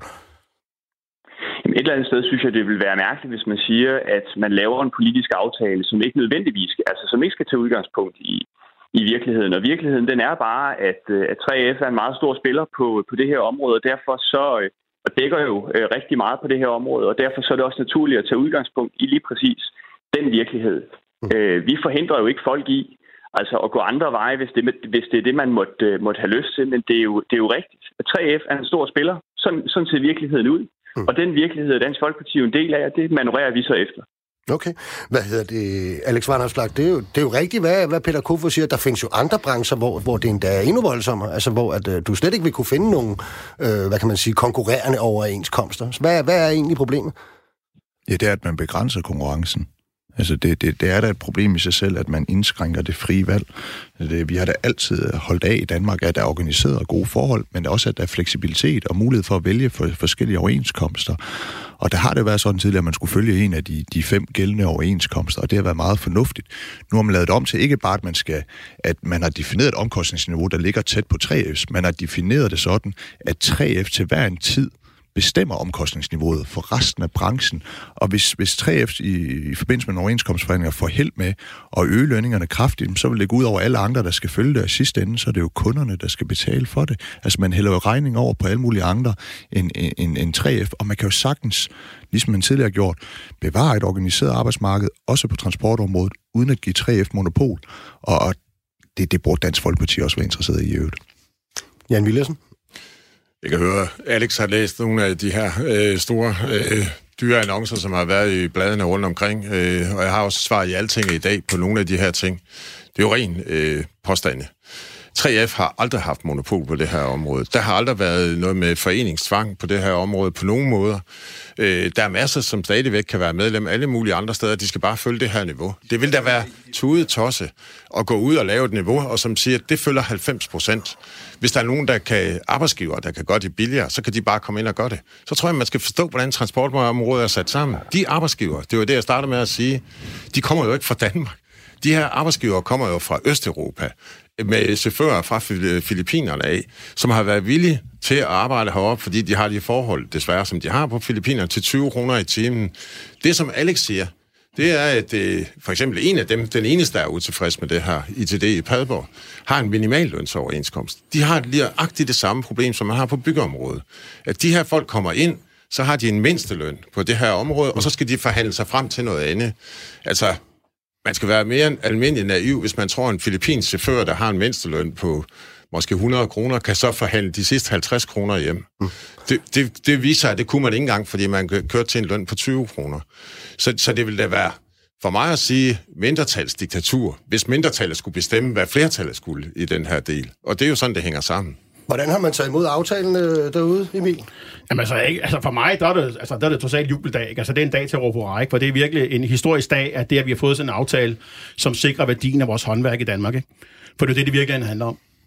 Jamen et eller andet sted synes jeg, det vil være mærkeligt, hvis man siger, at man laver en politisk aftale, som ikke nødvendigvis, altså som ikke skal tage udgangspunkt i, i virkeligheden. Og virkeligheden, den er bare, at, at tre F er en meget stor spiller på, på det her område, og derfor så og dækker jo øh, rigtig meget på det her område, og derfor så er det også naturligt at tage udgangspunkt i lige præcis den virkelighed. Mm. Øh, vi forhindrer jo ikke folk i altså at gå andre veje, hvis det, hvis det er det, man måtte, måtte have lyst til, men det er jo, det er jo rigtigt. At tre F er en stor spiller, sådan, sådan ser virkeligheden ud, mm. og den virkelighed er Dansk Folkeparti en del af, og det manøvrerer vi så efter. Okay. Hvad hedder det, Alex Vanopslagh? Det er jo, det er jo rigtigt, hvad, hvad Peter Kofod siger. Der findes jo andre brancher, hvor, hvor det endda er endnu voldsommere. Altså, hvor at, uh, du slet ikke vil kunne finde nogle, øh, hvad kan man sige, konkurrerende overenskomster. Hvad, hvad er egentlig problemet? Ja, det er, at man begrænser konkurrencen. Altså, det, det, det er da et problem i sig selv, at man indskrænker det frie valg. Det, vi har da altid holdt af i Danmark, at der er organiseret og gode forhold, men også at der er fleksibilitet og mulighed for at vælge for forskellige overenskomster. Og der har det været sådan tidligere, at man skulle følge en af de, de fem gældende overenskomster, og det har været meget fornuftigt. Nu har man lavet det om til ikke bare, at man, skal, at man har defineret et omkostningsniveau, der ligger tæt på tre F's. Man har defineret det sådan, at tre F til hver en tid bestemmer omkostningsniveauet for resten af branchen. Og hvis, hvis tre F i, i forbindelse med en overenskomstforhandlinger får held med at øge lønningerne kraftigt, så vil det gå ud over alle andre, der skal følge det. Og i sidste ende, så er det jo kunderne, der skal betale for det. Altså man hælder jo regning over på alle mulige andre end, end, end tre F. Og man kan jo sagtens, ligesom man tidligere har gjort, bevare et organiseret arbejdsmarked, også på transportområdet, uden at give tre F monopol. Og, og det, det burde Dansk Folkeparti også være interesseret i i øvrigt. Jan Villersen? Jeg kan høre, Alex har læst nogle af de her øh, store øh, dyre annoncer, som har været i bladene rundt omkring, øh, og jeg har også svaret i alting i dag på nogle af de her ting. Det er jo ren øh, påstande. tre F har aldrig haft monopol på det her område. Der har aldrig været noget med foreningstvang på det her område på nogen måder. Øh, der er masser, som stadigvæk kan være medlem alle mulige andre steder. De skal bare følge det her niveau. Det vil da være tudetosse at gå ud og lave et niveau, og som siger, at det følger halvfems procent. Hvis der er nogen, der kan arbejdsgivere, der kan gøre det billigere, så kan de bare komme ind og gøre det. Så tror jeg, man skal forstå, hvordan transportområdet er sat sammen. De arbejdsgivere, det var det, jeg startede med at sige, de kommer jo ikke fra Danmark. De her arbejdsgivere kommer jo fra Østeuropa, med chauffører fra Filippinerne af, som har været villige til at arbejde heroppe, fordi de har de forhold, desværre, som de har på Filippinerne, til tyve kroner i timen. Det, som Alex siger, det er, at øh, for eksempel en af dem, den eneste, der er utilfreds med det her, I T D i Padborg, har en minimallønsoverenskomst. De har lige agtigt det samme problem, som man har på byggeområdet. At de her folk kommer ind, så har de en mindsteløn på det her område, og så skal de forhandle sig frem til noget andet. Altså, man skal være mere almindelig naiv, hvis man tror, at en filippinsk chauffør, der har en mindsteløn på måske hundrede kroner, kan så forhandle de sidste halvtreds kroner hjem. Mm. Det, det, det viser, at det kunne man ikke engang, fordi man kørte til en løn på tyve kroner. Så, så det vil da være, for mig at sige, mindretalsdiktatur, hvis mindretallet skulle bestemme, hvad flertallet skulle i den her del. Og det er jo sådan, det hænger sammen. Hvordan har man taget imod aftalen øh, derude, Emil? Jamen altså, ikke, altså for mig, der er det, altså, der er det totalt jubeldag. Ikke? Altså det er en dag til at råbe hurra, ikke? For det er virkelig en historisk dag, at det, at vi har fået sådan en aftale, som sikrer værdien af vores håndværk i Danmark. Ikke? For det er det, det virkelig handler om.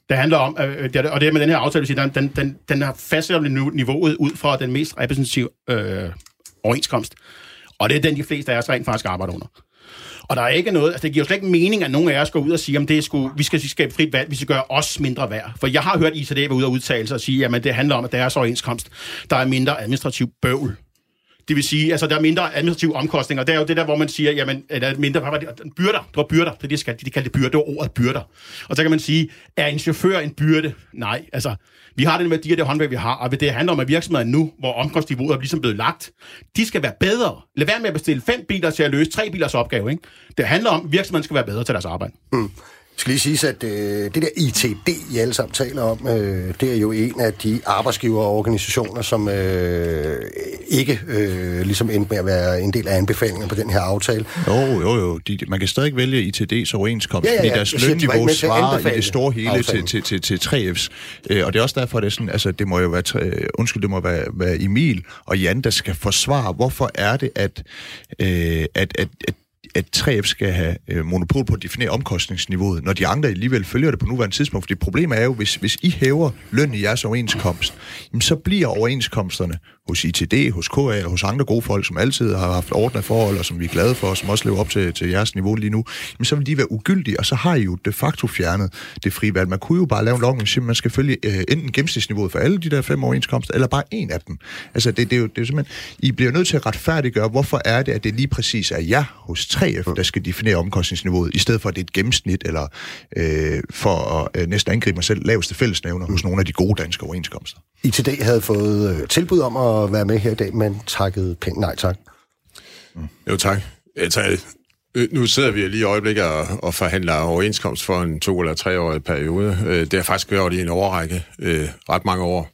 Det handler om, øh, og det er med den her aftale, den, den, den, den har fastsat niveauet ud fra den mest repræsentative øh, overenskomst. Og det er den, de fleste af os rent faktisk arbejder under. Og der er ikke noget, altså det giver jo slet ikke mening, at nogen af os går ud og siger, om det er sgu, vi skal skabe frit valg, vi skal gøre os mindre værd. For jeg har hørt I T D være ude og udtale sig og sige, at det handler om, at deres overenskomst, der er mindre administrativ bøvl. Det vil sige, altså der er mindre administrative omkostninger. Det er jo det der, hvor man siger, jamen, der er mindre byrder. Det var byrder, det er det, skal, de kalder det byrder. Det var ordet byrder. Og så kan man sige, er en chauffør en byrde? Nej, altså, vi har den værdi af det håndværk, vi har, og det handler om, at virksomheden nu, hvor omkostningsniveauet er ligesom blevet lagt, de skal være bedre. Lad være med at bestille fem biler til at løse tre bilers opgave, ikke? Det handler om, at virksomheden skal være bedre til deres arbejde. Mm. Jeg skal lige sige, at øh, det der I T D, I alle sammen taler om, øh, det er jo en af de arbejdsgiverorganisationer, som øh, ikke øh, ligesom endte med at være en del af anbefalingen på den her aftale. Jo, jo, jo. De, man kan stadig vælge I T D's overenskomst, ja, ja, ja. fordi deres lønniveau svarer i det store hele til, til, til, til tre F's. Øh, og det er også derfor, det er sådan, altså det må jo være, øh, undskyld, det må være, være Emil og Jan, der skal forsvare, hvorfor er det, at, øh, at, at, at at tre F skal have øh, monopol på at definere omkostningsniveauet, når de andre alligevel følger det på nuværende tidspunkt. Fordi problemet er jo, hvis, hvis I hæver løn i jeres overenskomst, jamen, så bliver overenskomsterne hos I T D, hos K A og hos andre gode folk, som altid har haft ordnede forhold, og som vi er glade for, og som også lever op til, til jeres niveau lige nu, jamen, så vil de være ugyldige, og så har I jo de facto fjernet det frie valg. Man kunne jo bare lave en lovgivning, så man skal følge øh, enten gennemsnitsniveauet for alle de der fem overenskomster, eller bare en af dem. Altså, det, det, er jo, det er jo simpelthen, I bliver nødt til at retfærdiggøre, hvorfor er det, at det lige præcis er jer hos tre F, der skal definere omkostningsniveauet, i stedet for at det er et gennemsnit, eller øh, for at øh, næsten angribe mig selv, laveste fællesnævner hos nogle af de gode danske overenskomster. I T D havde fået øh, tilbud om at være med her i dag, men takkede pænt nej tak. Mm. Jo tak. Altså, nu sidder vi lige i øjeblikket og, og forhandler overenskomst for en to- eller treårig periode. Det har faktisk gjort i en årrække, øh, ret mange år.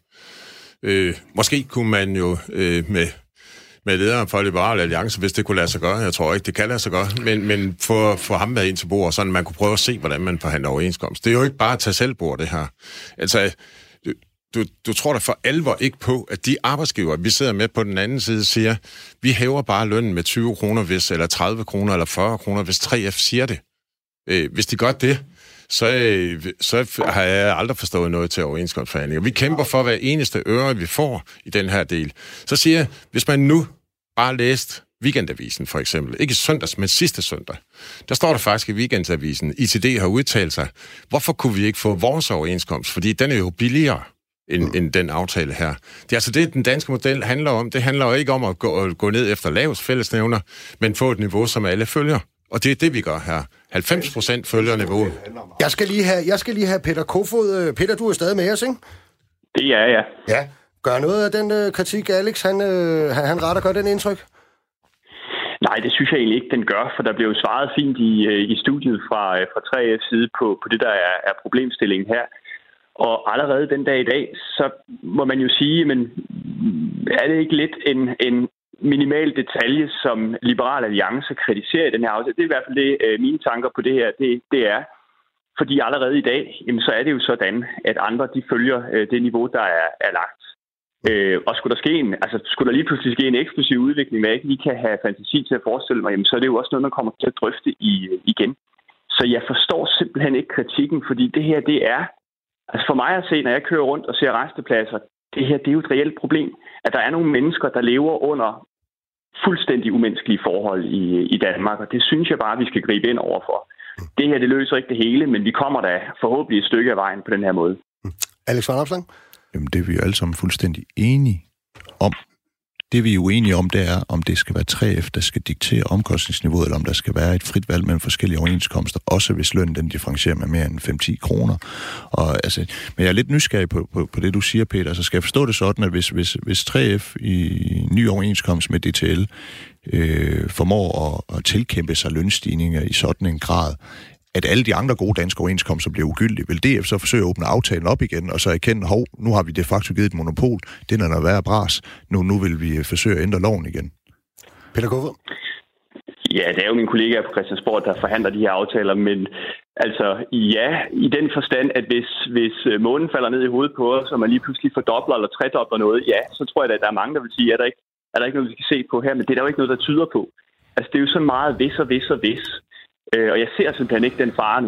Øh, måske kunne man jo øh, med med lederen for Liberal Alliance, hvis det kunne lade sig gøre. Jeg tror ikke, det kan lade sig gøre, men, men få, få ham med ind til bordet, så man kunne prøve at se, hvordan man forhandler overenskomst. Det er jo ikke bare at tage selvbord, det her. Altså, du, du, du tror da for alvor ikke på, at de arbejdsgivere, vi sidder med på den anden side, siger, vi hæver bare lønnen med tyve kroner, hvis, eller tredive kroner, eller fyrre kroner, hvis tre F siger det. Øh, hvis de gør det, så, så har jeg aldrig forstået noget til overenskomstforhandlinger. Vi kæmper for hver eneste øre, vi får i den her del. Så siger jeg, hvis man nu bare læst Weekendavisen for eksempel, ikke søndags, men sidste søndag, der står der faktisk i Weekendavisen, I T D har udtalt sig, hvorfor kunne vi ikke få vores overenskomst? Fordi den er jo billigere end, mm. end den aftale her. Det er altså det, den danske model handler om. Det handler jo ikke om at gå, gå ned efter lavest fællesnævner, men få et niveau, som alle følger. Og det er det, vi gør her. halvfems procent følger niveauet. Jeg skal lige have, jeg skal lige have Peter Kofod. Peter, du er stadig med os, ikke? Det er jeg. Ja. Gør noget af den øh, kritik, Alex, han, øh, han retter gør den indtryk? Nej, det synes jeg egentlig ikke, den gør, for der blev jo svaret fint i, i studiet fra, fra tre F's side på, på det, der er, er problemstillingen her. Og allerede den dag i dag, så må man jo sige, men er det ikke lidt en, en minimal detalje, som Liberal Alliance kritiserer i den her aftale? Det er i hvert fald det, mine tanker på det her, det, det er. Fordi allerede i dag, jamen, så er det jo sådan, at andre de følger det niveau, der er, er lagt. Øh, og skulle der ske en, altså skulle der lige pludselig ske en eksplosiv udvikling, hvad jeg ikke lige kan have fantasi til at forestille mig, jamen, så er det jo også noget, man kommer til at drøfte i, igen. Så jeg forstår simpelthen ikke kritikken, fordi det her, det er, altså for mig at se, når jeg kører rundt og ser restepladser, det her, det er jo et reelt problem, at der er nogle mennesker, der lever under fuldstændig umenneskelige forhold i, i Danmark, og det synes jeg bare, vi skal gribe ind overfor. Det her, det løser ikke det hele, men vi kommer da forhåbentlig et stykke af vejen på den her måde. Alex van Opslang? Jamen, det er vi jo alle sammen fuldstændig enige om. Det vi er uenige om, det er, om det skal være tre F, der skal diktere omkostningsniveauet, eller om der skal være et frit valg mellem forskellige overenskomster, også hvis lønnen den differentierer med mere end fem til ti kroner. Og, altså, men jeg er lidt nysgerrig på, på, på det, du siger, Peter. Så skal jeg forstå det sådan, at hvis, hvis, hvis tre F i ny overenskomst med D T L øh, formår at, at tilkæmpe sig lønstigninger i sådan en grad, at alle de andre gode danske overenskomster bliver ugyldige, vil D F så forsøge at åbne aftalen op igen, og så erkende, hov, nu har vi de facto givet et monopol, det er noget værre bras, nu, nu vil vi forsøge at ændre loven igen. Peter Kofod? Ja, det er jo mine kollegaer på Christiansborg, der forhandler de her aftaler, men altså ja, i den forstand, at hvis, hvis månen falder ned i hovedet på os, og man lige pludselig fordobler eller tredobler noget, ja, så tror jeg, at der er mange, der vil sige, er der ikke, er der ikke noget, vi skal se på her, men det er der jo ikke noget, der tyder på. Altså det er jo så meget hvis og hvis og hvis. Og jeg ser simpelthen ikke den fare nu.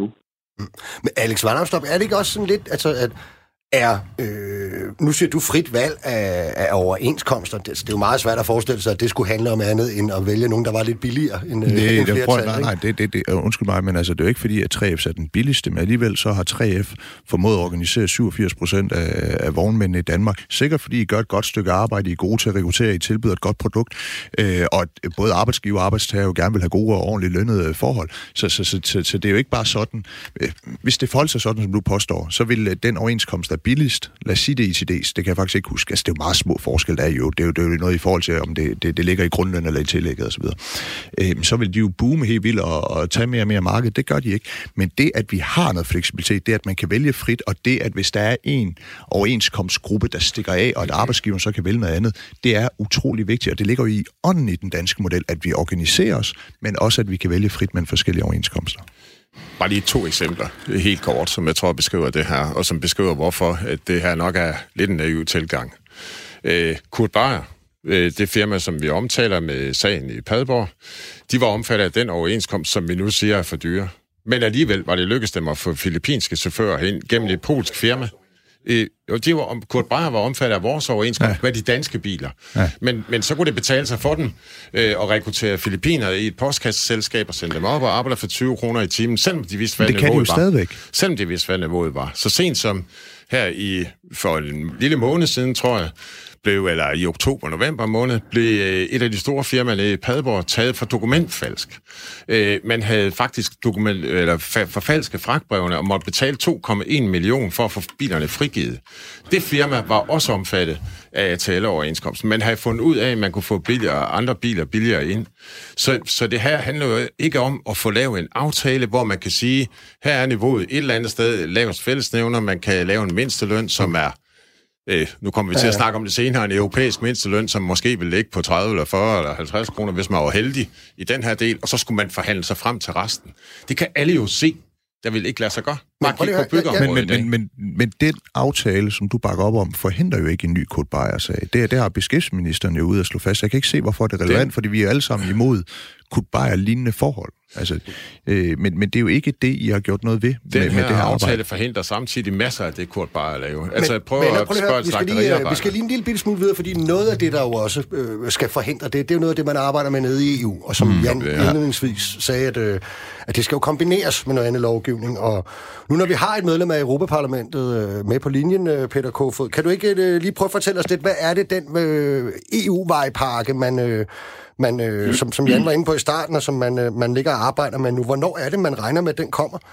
Mm. Men Alex Vanopslagh, er det ikke også sådan lidt, altså at er, øh, nu siger du frit valg af, af overenskomster. Det, det er jo meget svært at forestille sig, at det skulle handle om andet, end at vælge nogen, der var lidt billigere end, det, end flertal. Prøver, nej, nej, det, det, det, undskyld mig, men altså, det er jo ikke fordi, at tre F er den billigste, men alligevel så har tre F formået at organisere syvogfirs procent af, af vognmændene i Danmark. Sikkert fordi I gør et godt stykke arbejde, I er gode til at rekruttere, I tilbyder et godt produkt, øh, og både arbejdsgiver og arbejdstager jo gerne vil have gode og ordentligt lønnede forhold. Så, så, så, så, så det er jo ikke bare sådan. Hvis det forholder sig sådan, som du påstår, så vil den overenskomst, der er billigst, lad os sige det I T D's, det kan jeg faktisk ikke huske. Altså, det er jo meget små forskel, der er jo. Det er jo, det er jo noget i forhold til, om det, det, det ligger i grundløn eller i tillægget osv. Øhm, så vil de jo boome helt vildt og, og tage mere og mere marked. Det gør de ikke. Men det, at vi har noget fleksibilitet, det, at man kan vælge frit, og det, at hvis der er en overenskomstgruppe, der stikker af, og at arbejdsgiveren så kan vælge noget andet, det er utrolig vigtigt, og det ligger jo i ånden i den danske model, at vi organiserer os, men også, at vi kan vælge frit mellem forskellige overenskomster. Bare lige to eksempler, helt kort, som jeg tror beskriver det her, og som beskriver, hvorfor at det her nok er lidt en naiv tilgang. Øh, Kurt Beier, øh, det firma, som vi omtaler med sagen i Padborg, de var omfattet af den overenskomst, som vi nu siger er for dyre. Men alligevel var det lykkedes dem at få filippinske chauffører hen gennem et polsk firma. Øh, og de var, Kurt Beier var omfattet af vores overenskomst ja. med de danske biler. Ja. Men, men så kunne det betale sig for dem øh, at rekruttere filippinere i et postkasseselskab og sende dem op og arbejde for tyve kroner i timen, selvom de vidste, hvad det niveauet kan var. Stadigvæk. Selvom de vidste, hvad niveauet var. Så sent som her i for en lille måned siden, tror jeg, blev, eller i oktober-november måned, blev et af de store firmaer i Padborg taget for dokumentfalsk. Øh, man havde faktisk dokument, eller forfalske fragtbrevene og måtte betale to komma en million for at få bilerne frigivet. Det firma var også omfattet af A T L-overenskomsten. Man havde fundet ud af, at man kunne få billigere, andre biler billigere ind. Så, så det her handler jo ikke om at få lavet en aftale, hvor man kan sige, her er niveauet et eller andet sted lavest fællesnævner, man kan lave en mindsteløn, som er Øh, nu kommer vi til at snakke om det senere, en europæisk mindsteløn, som måske vil ligge på tredive eller fyrre eller halvtreds kroner, hvis man var heldig i den her del, og så skulle man forhandle sig frem til resten. Det kan alle jo se, der vil ikke lade sig gøre. Bare kigge på byggeområdet. Men, men, men, men, men den aftale, som du bakker op om, forhindrer jo ikke en ny Kurt Beier-sag. Det, det har beskæftigelsesministeren jo ude at slå fast. Jeg kan ikke se, hvorfor det er relevant, det. Fordi vi er alle sammen imod Kurt Beier-lignende forhold. Altså, øh, men, men det er jo ikke det, I har gjort noget ved med, med det her aftale arbejde. forhindrer samtidig masser af det, Kurt Beier laver. Altså, prøv men, at spørge et slagteriarbejde. Vi skal lige en lille bitte smule videre, fordi noget af det, der jo også øh, skal forhindre det, det er jo noget af det, man arbejder med nede i E U, og som mm, Jan ja. indledningsvis sagde, at, øh, at det skal jo kombineres med noget andet lovgivning. Og nu når vi har et medlem af Europaparlamentet øh, med på linjen, øh, Peter Kofod, kan du ikke øh, lige prøve at fortælle os lidt, hvad er det den øh, E U-vejpakke, man... Øh, Man, øh, som, som Jan var inde på i starten, og som man, øh, man ligger og arbejder med nu. Hvornår er det, man regner med, at den kommer?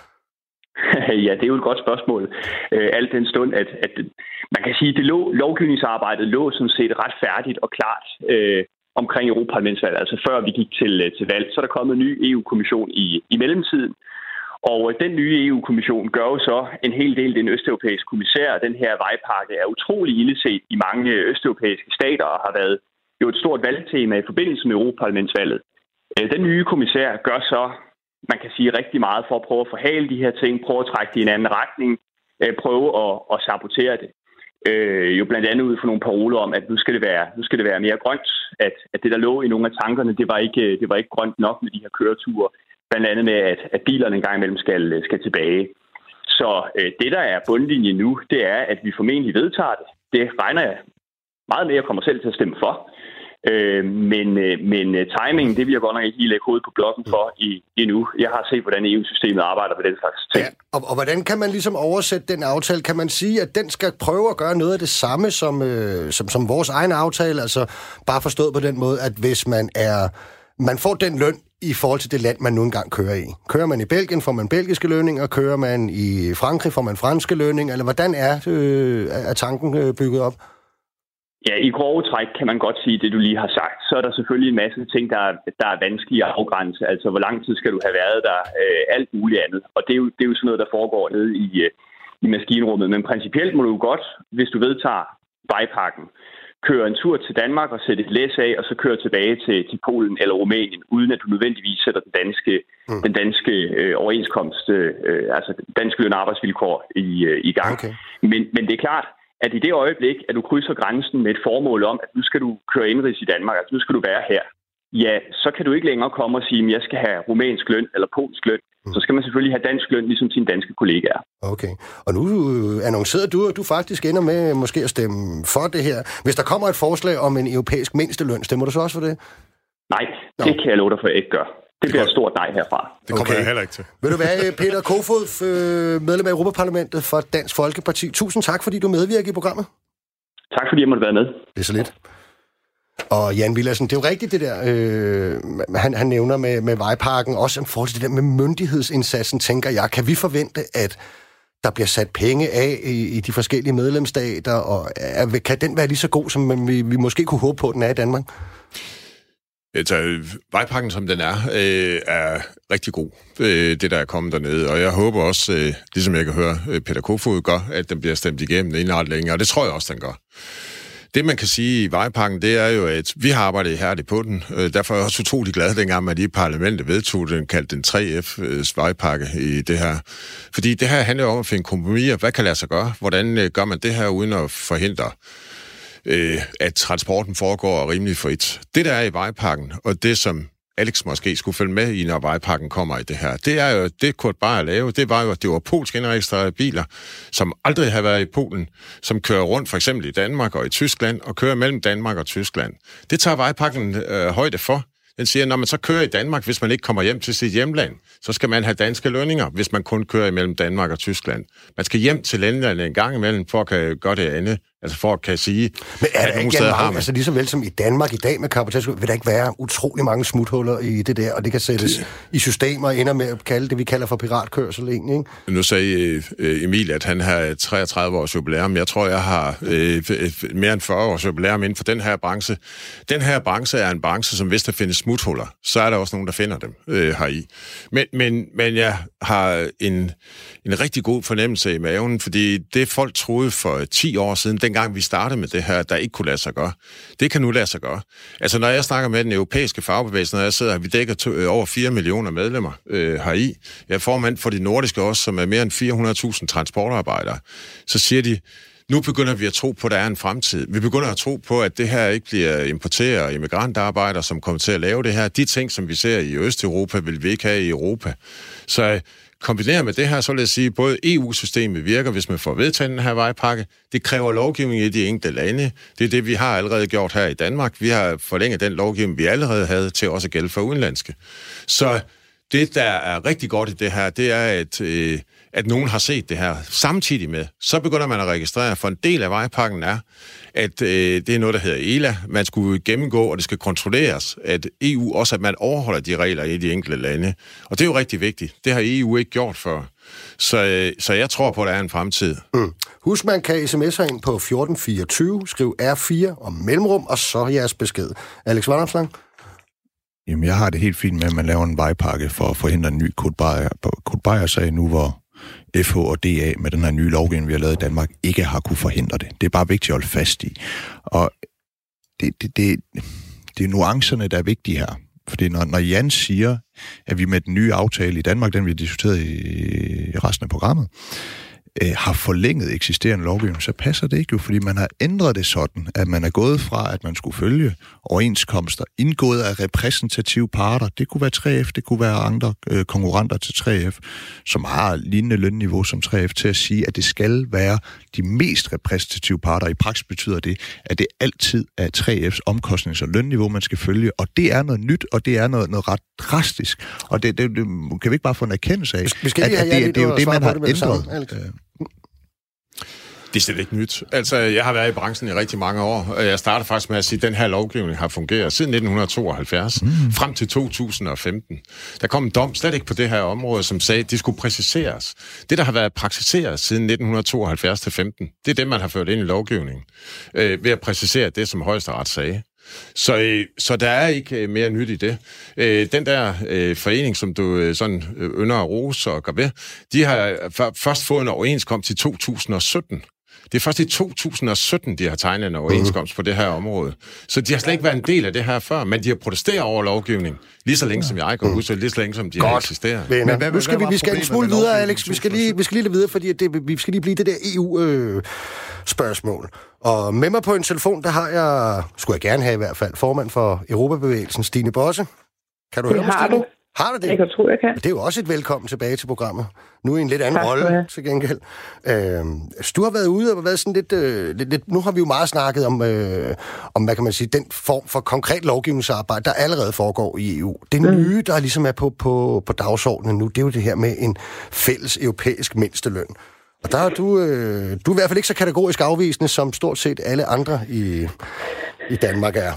Ja, det er jo et godt spørgsmål. Øh, alt den stund, at, at man kan sige, at det lå, lovgivningsarbejdet lå sådan set ret færdigt og klart øh, omkring Europaparlamentsvalget. Altså før vi gik til, til valg, så er der kommet en ny E U-kommission i, i mellemtiden. Og den nye E U-kommission gør jo så en hel del den østeuropæiske kommissær. Den her vejpakke er utrolig illeset i mange østeuropæiske stater og har været jo et stort valgtema i forbindelse med Europaparlamentsvalget. Den nye kommissær gør så, man kan sige, rigtig meget for at prøve at forhale de her ting, prøve at trække det i en anden retning, prøve at, at sabotere det. Jo blandt andet ud for nogle paroler om, at nu skal det være, nu skal det være mere grønt, at, at det, der lå i nogle af tankerne, det var ikke, det var ikke grønt nok med de her køreture, blandt andet med, at, at bilerne en gang imellem skal, skal tilbage. Så det, der er bundlinjen nu, det er, at vi formentlig vedtager det. Det regner jeg meget mere kommer selv til at stemme for. Øh, men, men timingen, det vil jeg godt nok ikke lige lægge hovedet på blokken for i, endnu. Jeg har set, hvordan E U-systemet arbejder med den slags ting. Ja, og, og hvordan kan man ligesom oversætte den aftale? Kan man sige, at den skal prøve at gøre noget af det samme som, øh, som, som vores egen aftale? Altså bare forstået på den måde, at hvis man er... Man får den løn i forhold til det land, man nu engang kører i. Kører man i Belgien, får man belgiske lønninger. Kører man i Frankrig, får man franske lønninger. Eller hvordan er, øh, er tanken øh, bygget op? Ja, i grove træk kan man godt sige det, du lige har sagt. Så er der selvfølgelig en masse ting, der er, der er vanskelige at afgrænse. Altså, hvor lang tid skal du have været der? Øh, alt muligt andet. Og det er, jo, det er jo sådan noget, der foregår nede i, øh, i maskinrummet. Men principielt må du godt, hvis du vedtager vejpakken, køre en tur til Danmark og sætte et læs af, og så køre tilbage til, til Polen eller Rumænien, uden at du nødvendigvis sætter den danske, mm. den danske øh, overenskomst, øh, altså danske løn- og arbejdsvilkår i, øh, i gang. Okay. Men, men det er klart, at i det øjeblik, at du krydser grænsen med et formål om, at nu skal du køre indrigs i Danmark, altså nu skal du være her, ja, så kan du ikke længere komme og sige, at jeg skal have rumænsk løn eller polsk løn. så skal man selvfølgelig have dansk løn, ligesom sine danske kollegaer. Okay. Og nu annoncerede du, at du faktisk ender med måske at stemme for det her. Hvis der kommer et forslag om en europæisk mindsteløn, stemmer du så også for det? Nej, det Nå. kan jeg love dig for, at jeg ikke gør. Det, det bliver et stort nej herfra. Det kommer okay. jeg heller ikke til. Vil du være Peter Kofod, medlem af Europaparlamentet for Dansk Folkeparti? Tusind tak, fordi du medvirker i programmet. Tak, fordi jeg måtte være med. Det er så lidt. Og Jan Villadsen, det er jo rigtigt det der, øh, han, han nævner med, med vejparken, også en forhold til det der med myndighedsindsatsen, tænker jeg. Kan vi forvente, at der bliver sat penge af i, i de forskellige medlemsstater, og er, kan den være lige så god, som vi, vi måske kunne håbe på, at den er i Danmark? Altså, vejpakken, som den er, øh, er rigtig god, øh, det der er kommet dernede. Og jeg håber også, øh, ligesom jeg kan høre Peter Kofod gør, at den bliver stemt igennem inden ret længe, og det tror jeg også, den gør. Det, man kan sige i vejpakken, det er jo, at vi har arbejdet ihærdigt på den. Derfor er jeg også utrolig glad, dengang at de i parlamentet vedtog den, kaldte den tre F's vejpakke i det her. Fordi det her handler om at finde kompromiser. Hvad kan lade sig gøre? Hvordan gør man det her uden at forhindre, at transporten foregår rimelig frit? Det, der er i vejpakken, og det, som Alex måske skulle følge med i, når vejpakken kommer i det her, det er jo, det Kurt Beier lave, det var jo, at det var polsk indregistrerede biler, som aldrig har været i Polen, som kører rundt for eksempel i Danmark og i Tyskland, og kører mellem Danmark og Tyskland. Det tager vejpakken øh, højde for. Den siger, når man så kører i Danmark, hvis man ikke kommer hjem til sit hjemland, så skal man have danske lønninger, hvis man kun kører imellem Danmark og Tyskland. Man skal hjem til landene en gang imellem, for at kan gøre det andet. Altså for at kan sige, men er at nogle steder har man... Altså ligesom vel som i Danmark i dag med cabotage, vil der ikke være utrolig mange smuthuller i det der, og det kan sættes det... i systemer, ender med at kalde det, vi kalder for piratkørsel, ikke? Nu sagde øh, Emil, at han har treogtredive års jubilæum. Jeg tror, jeg har øh, mere end fyrre års jubilæum inden for den her branche. Den her branche er en branche, som hvis der findes smuthuller, så er der også nogen, der finder dem øh, heri. Men, men, men jeg har en, en rigtig god fornemmelse i maven, fordi det folk troede for ti år siden, dengang vi startede med det her, der ikke kunne lade sig gøre. Det kan nu lade sig gøre. Altså, når jeg snakker med den europæiske fagbevægelse, når jeg sidder her, vi dækker to, øh, over fire millioner medlemmer øh, heri. Jeg er formand for de nordiske også, som er mere end fire hundrede tusind transportarbejdere. Så siger de, nu begynder vi at tro på, at der er en fremtid. Vi begynder at tro på, at det her ikke bliver importeret og immigrantarbejdere, som kommer til at lave det her. De ting, som vi ser i Østeuropa, vil vi ikke have i Europa. Så kombineret med det her, så vil jeg sige, at både E U-systemet virker, hvis man får vedtaget den her vejpakke. Det kræver lovgivning i de enkelte lande. Det er det, vi har allerede gjort her i Danmark. Vi har forlænget den lovgivning, vi allerede havde, til også at gælde for udenlandske. Så det, der er rigtig godt i det her, det er, at, øh, at nogen har set det her. Samtidig med, så begynder man at registrere, for en del af vejpakken er, at øh, det er noget, der hedder E L A. Man skulle gennemgå, og det skal kontrolleres, at E U også, at man overholder de regler i de enkelte lande. Og det er jo rigtig vigtigt. Det har E U ikke gjort før. Så, øh, så jeg tror på, at der er en fremtid. Mm. Husk, man kan sms'e ind på fjorten fireogtyve, skriv R fire om mellemrum, og så jeres besked. Alex Vanopslagh? Jamen, jeg har det helt fint med, at man laver en vejpakke for at forhindre en ny Kurt Beier. Kurt Beier sagde nu, hvor F H og D A med den her nye lovgivning, vi har lavet i Danmark, ikke har kunne forhindre det. Det er bare vigtigt at holde fast i. Og det, det, det, det er nuancerne, der er vigtige her. Fordi når, når Jan siger, at vi med den nye aftale i Danmark, den vi har diskuteret i, i resten af programmet, øh, har forlænget eksisterende lovgivning, så passer det ikke jo, fordi man har ændret det sådan, at man er gået fra, at man skulle følge overenskomster, indgået af repræsentative parter. Det kunne være tre F, det kunne være andre øh, konkurrenter til tre F, som har lignende lønniveau som tre F, til at sige, at det skal være de mest repræsentative parter. I praksis betyder det, at det altid er tre F's omkostnings- og lønniveau, man skal følge, og det er noget nyt, og det er noget, noget ret drastisk. Og det, det, det kan vi ikke bare få en erkendelse af, at, at det, det, det er jo det, man har ændret. Det er slet ikke nyt. Altså, jeg har været i branchen i rigtig mange år, og jeg startede faktisk med at sige, at den her lovgivning har fungeret siden nitten tooghalvfjerds, mm. frem til to tusind og femten. Der kom en dom slet ikke på det her område, som sagde, at det skulle præciseres. Det, der har været praktiseret siden nitten tooghalvfjerds til femten, det er det, man har ført ind i lovgivningen, øh, ved at præcisere det, som Højesteret sagde. Så, øh, så der er ikke øh, mere nyt i det. Øh, den der øh, forening, som du øh, sådan øh, ynder at rose og gør ved, de har f- først fået en overenskomst i to tusind og sytten. Det er først i to tusind og sytten, de har tegnet en overenskomst på det her område. Så de har slet ikke været en del af det her før, men de har protesteret over lovgivning, lige så længe som jeg kan huske, lige så længe som de Godt. har eksisteret. Men, men nu skal vi, vi skal en smule videre, Alex. Vi skal lige, vi skal lige lidt videre, fordi det, vi skal lige blive det der E U-spørgsmål. Øh, og med mig på en telefon, der har jeg, skulle jeg gerne have i hvert fald, formand for Europabevægelsen, Stine Bosse. Kan du det høre mig, har Stine? du. Har du det? Jeg kan tro, jeg kan. Det er jo også et velkommen tilbage til programmet. Nu i en lidt anden Tak, rolle, ja. til gengæld. Øh, du har været ude og været sådan lidt, øh, lidt, lidt... Nu har vi jo meget snakket om, øh, om, hvad kan man sige, den form for konkret lovgivningsarbejde, der allerede foregår i E U. Det mm. nye, der ligesom er på, på, på dagsordenen nu, det er jo det her med en fælles europæisk mindsteløn. Og der er du, øh, du er i hvert fald ikke så kategorisk afvisende, som stort set alle andre i, i Danmark er.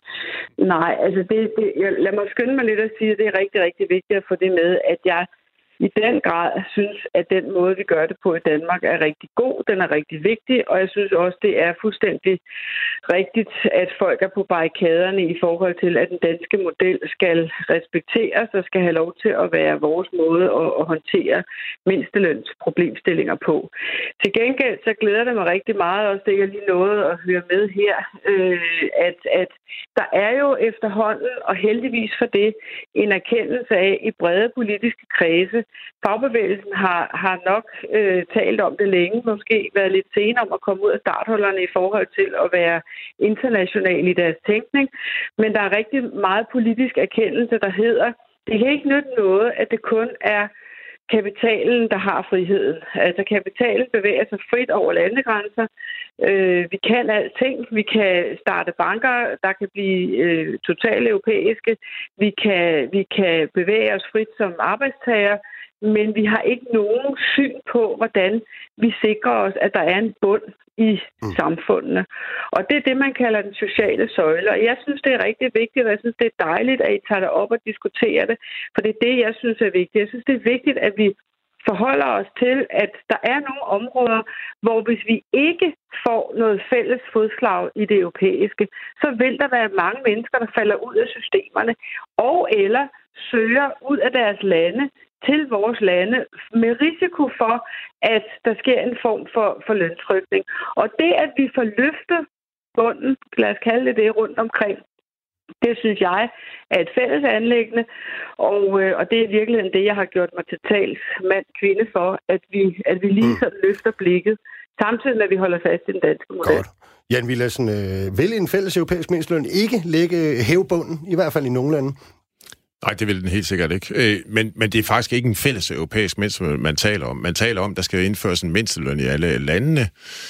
Nej, altså det, det, jeg, lad mig skynde mig lidt at sige, at det er rigtig, rigtig vigtigt at få det med, at jeg i den grad synes, at den måde, vi gør det på i Danmark, er rigtig god. Den er rigtig vigtig, og jeg synes også, det er fuldstændig rigtigt, at folk er på barrikaderne i forhold til, at den danske model skal respekteres og skal have lov til at være vores måde at, at håndtere mindsteløns problemstillinger på. Til gengæld så glæder det mig rigtig meget, også det jeg lige nåede at høre med her, øh, at, at der er jo efterhånden, og heldigvis for det, en erkendelse af i brede politiske kredse. Fagbevægelsen har, har nok øh, talt om det længe, måske været lidt sene om at komme ud af starthullerne i forhold til at være international i deres tænkning. Men der er rigtig meget politisk erkendelse, der hedder, det kan ikke nytte noget, at det kun er kapitalen, der har friheden. Altså kapitalen bevæger sig frit over landegrænser. Øh, vi kan alting. Vi kan starte banker, der kan blive øh, totalt europæiske. Vi kan, vi kan bevæge os frit som arbejdstager, men vi har ikke nogen syn på, hvordan vi sikrer os, at der er en bund i mm. samfundene. Og det er det, man kalder den sociale søjle. Og jeg synes, det er rigtig vigtigt, og jeg synes, det er dejligt, at I tager det op og diskuterer det. For det er det, jeg synes er vigtigt. Jeg synes, det er vigtigt, at vi forholder os til, at der er nogle områder, hvor hvis vi ikke får noget fælles fodslag i det europæiske, så vil der være mange mennesker, der falder ud af systemerne, og eller søger ud af deres lande til vores lande med risiko for, at der sker en form for, for løntrykning. Og det, at vi får løftet bunden, lad os kalde det det, rundt omkring, det synes jeg er et fælles anliggende, og, øh, og det er i virkeligheden det, jeg har gjort mig til talsmand kvinde for, at vi, at vi lige sådan løfter blikket, samtidig med, at vi holder fast i den danske model. Godt. Jan Villadsen, øh, vil en fælles europæisk mindsteløn ikke lægge hævebunden, i hvert fald i nogle lande? Nej, det vil den helt sikkert ikke. Men, men det er faktisk ikke en fælles europæisk mindsteløn, man taler om. Man taler om, at der skal indføres en mindsteløn i alle landene,